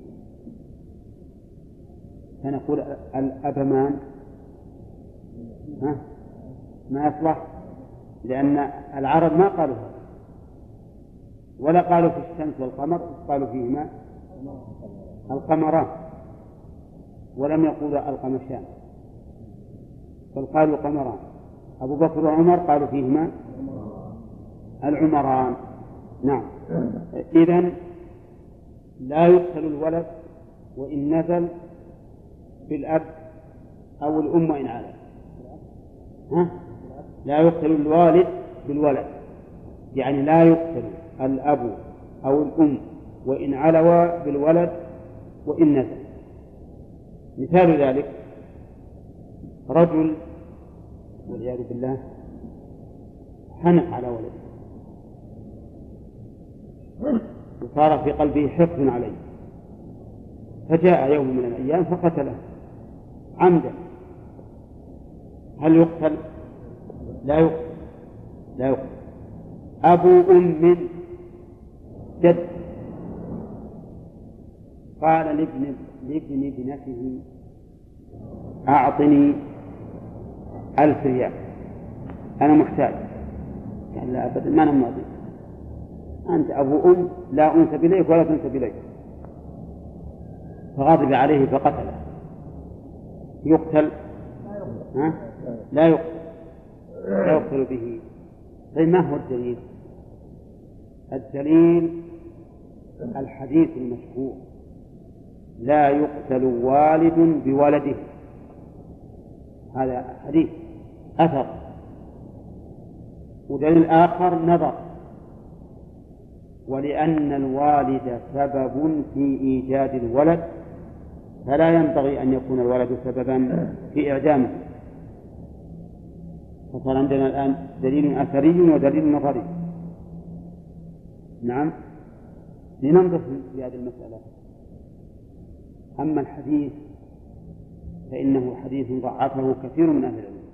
فنقول الأبمان ها؟ ما يصلح، لأن العرب ما قالوا هذا، ولا قالوا في الشمس والقمر، قالوا فيهما القمران، ولم يقولوا القمشان، بل قالوا قمران. أبو بكر وعمر قالوا فيهما العمران. نعم. إذن لا يدخل الولد وإن نزل بالأب أو الأم وإن على، ها؟ لا يقتل الوالد بالولد، يعني لا يقتل الأب أو الأم وإن علوا بالولد وإن نزل. مثال ذلك رجل والعياذ بالله حنق على ولده وصار في قلبه حقد عليه، فجاء يوم من الأيام فقتله عمدا، هل يقتل؟ لا يقتل. لا يقتل. أبو أم جد قال لابن لابن ابنته أعطني ألف ريال أنا محتاج، قال لا أبدا ما أنا معطي، أنت أبو أم لا أنسب إليك ولا تنسب إليك، فغضب عليه فقتله. يقتل؟ ها؟ لا يقتل. لا يقتل به. طيب ما هو الدليل؟ الدليل الحديث المشهور لا يقتل والد بولده، هذا حديث أثر. ودليل آخر نظر، ولأن الوالد سبب في إيجاد الولد فلا ينبغي أن يكون الولد سببا في إعدامه. فصار عندنا الآن دليل أثري ودليل نظري. نعم. لننظر في هذه المسألة. أما الحديث فإنه حديث ضعفه كثير من أهل العلم،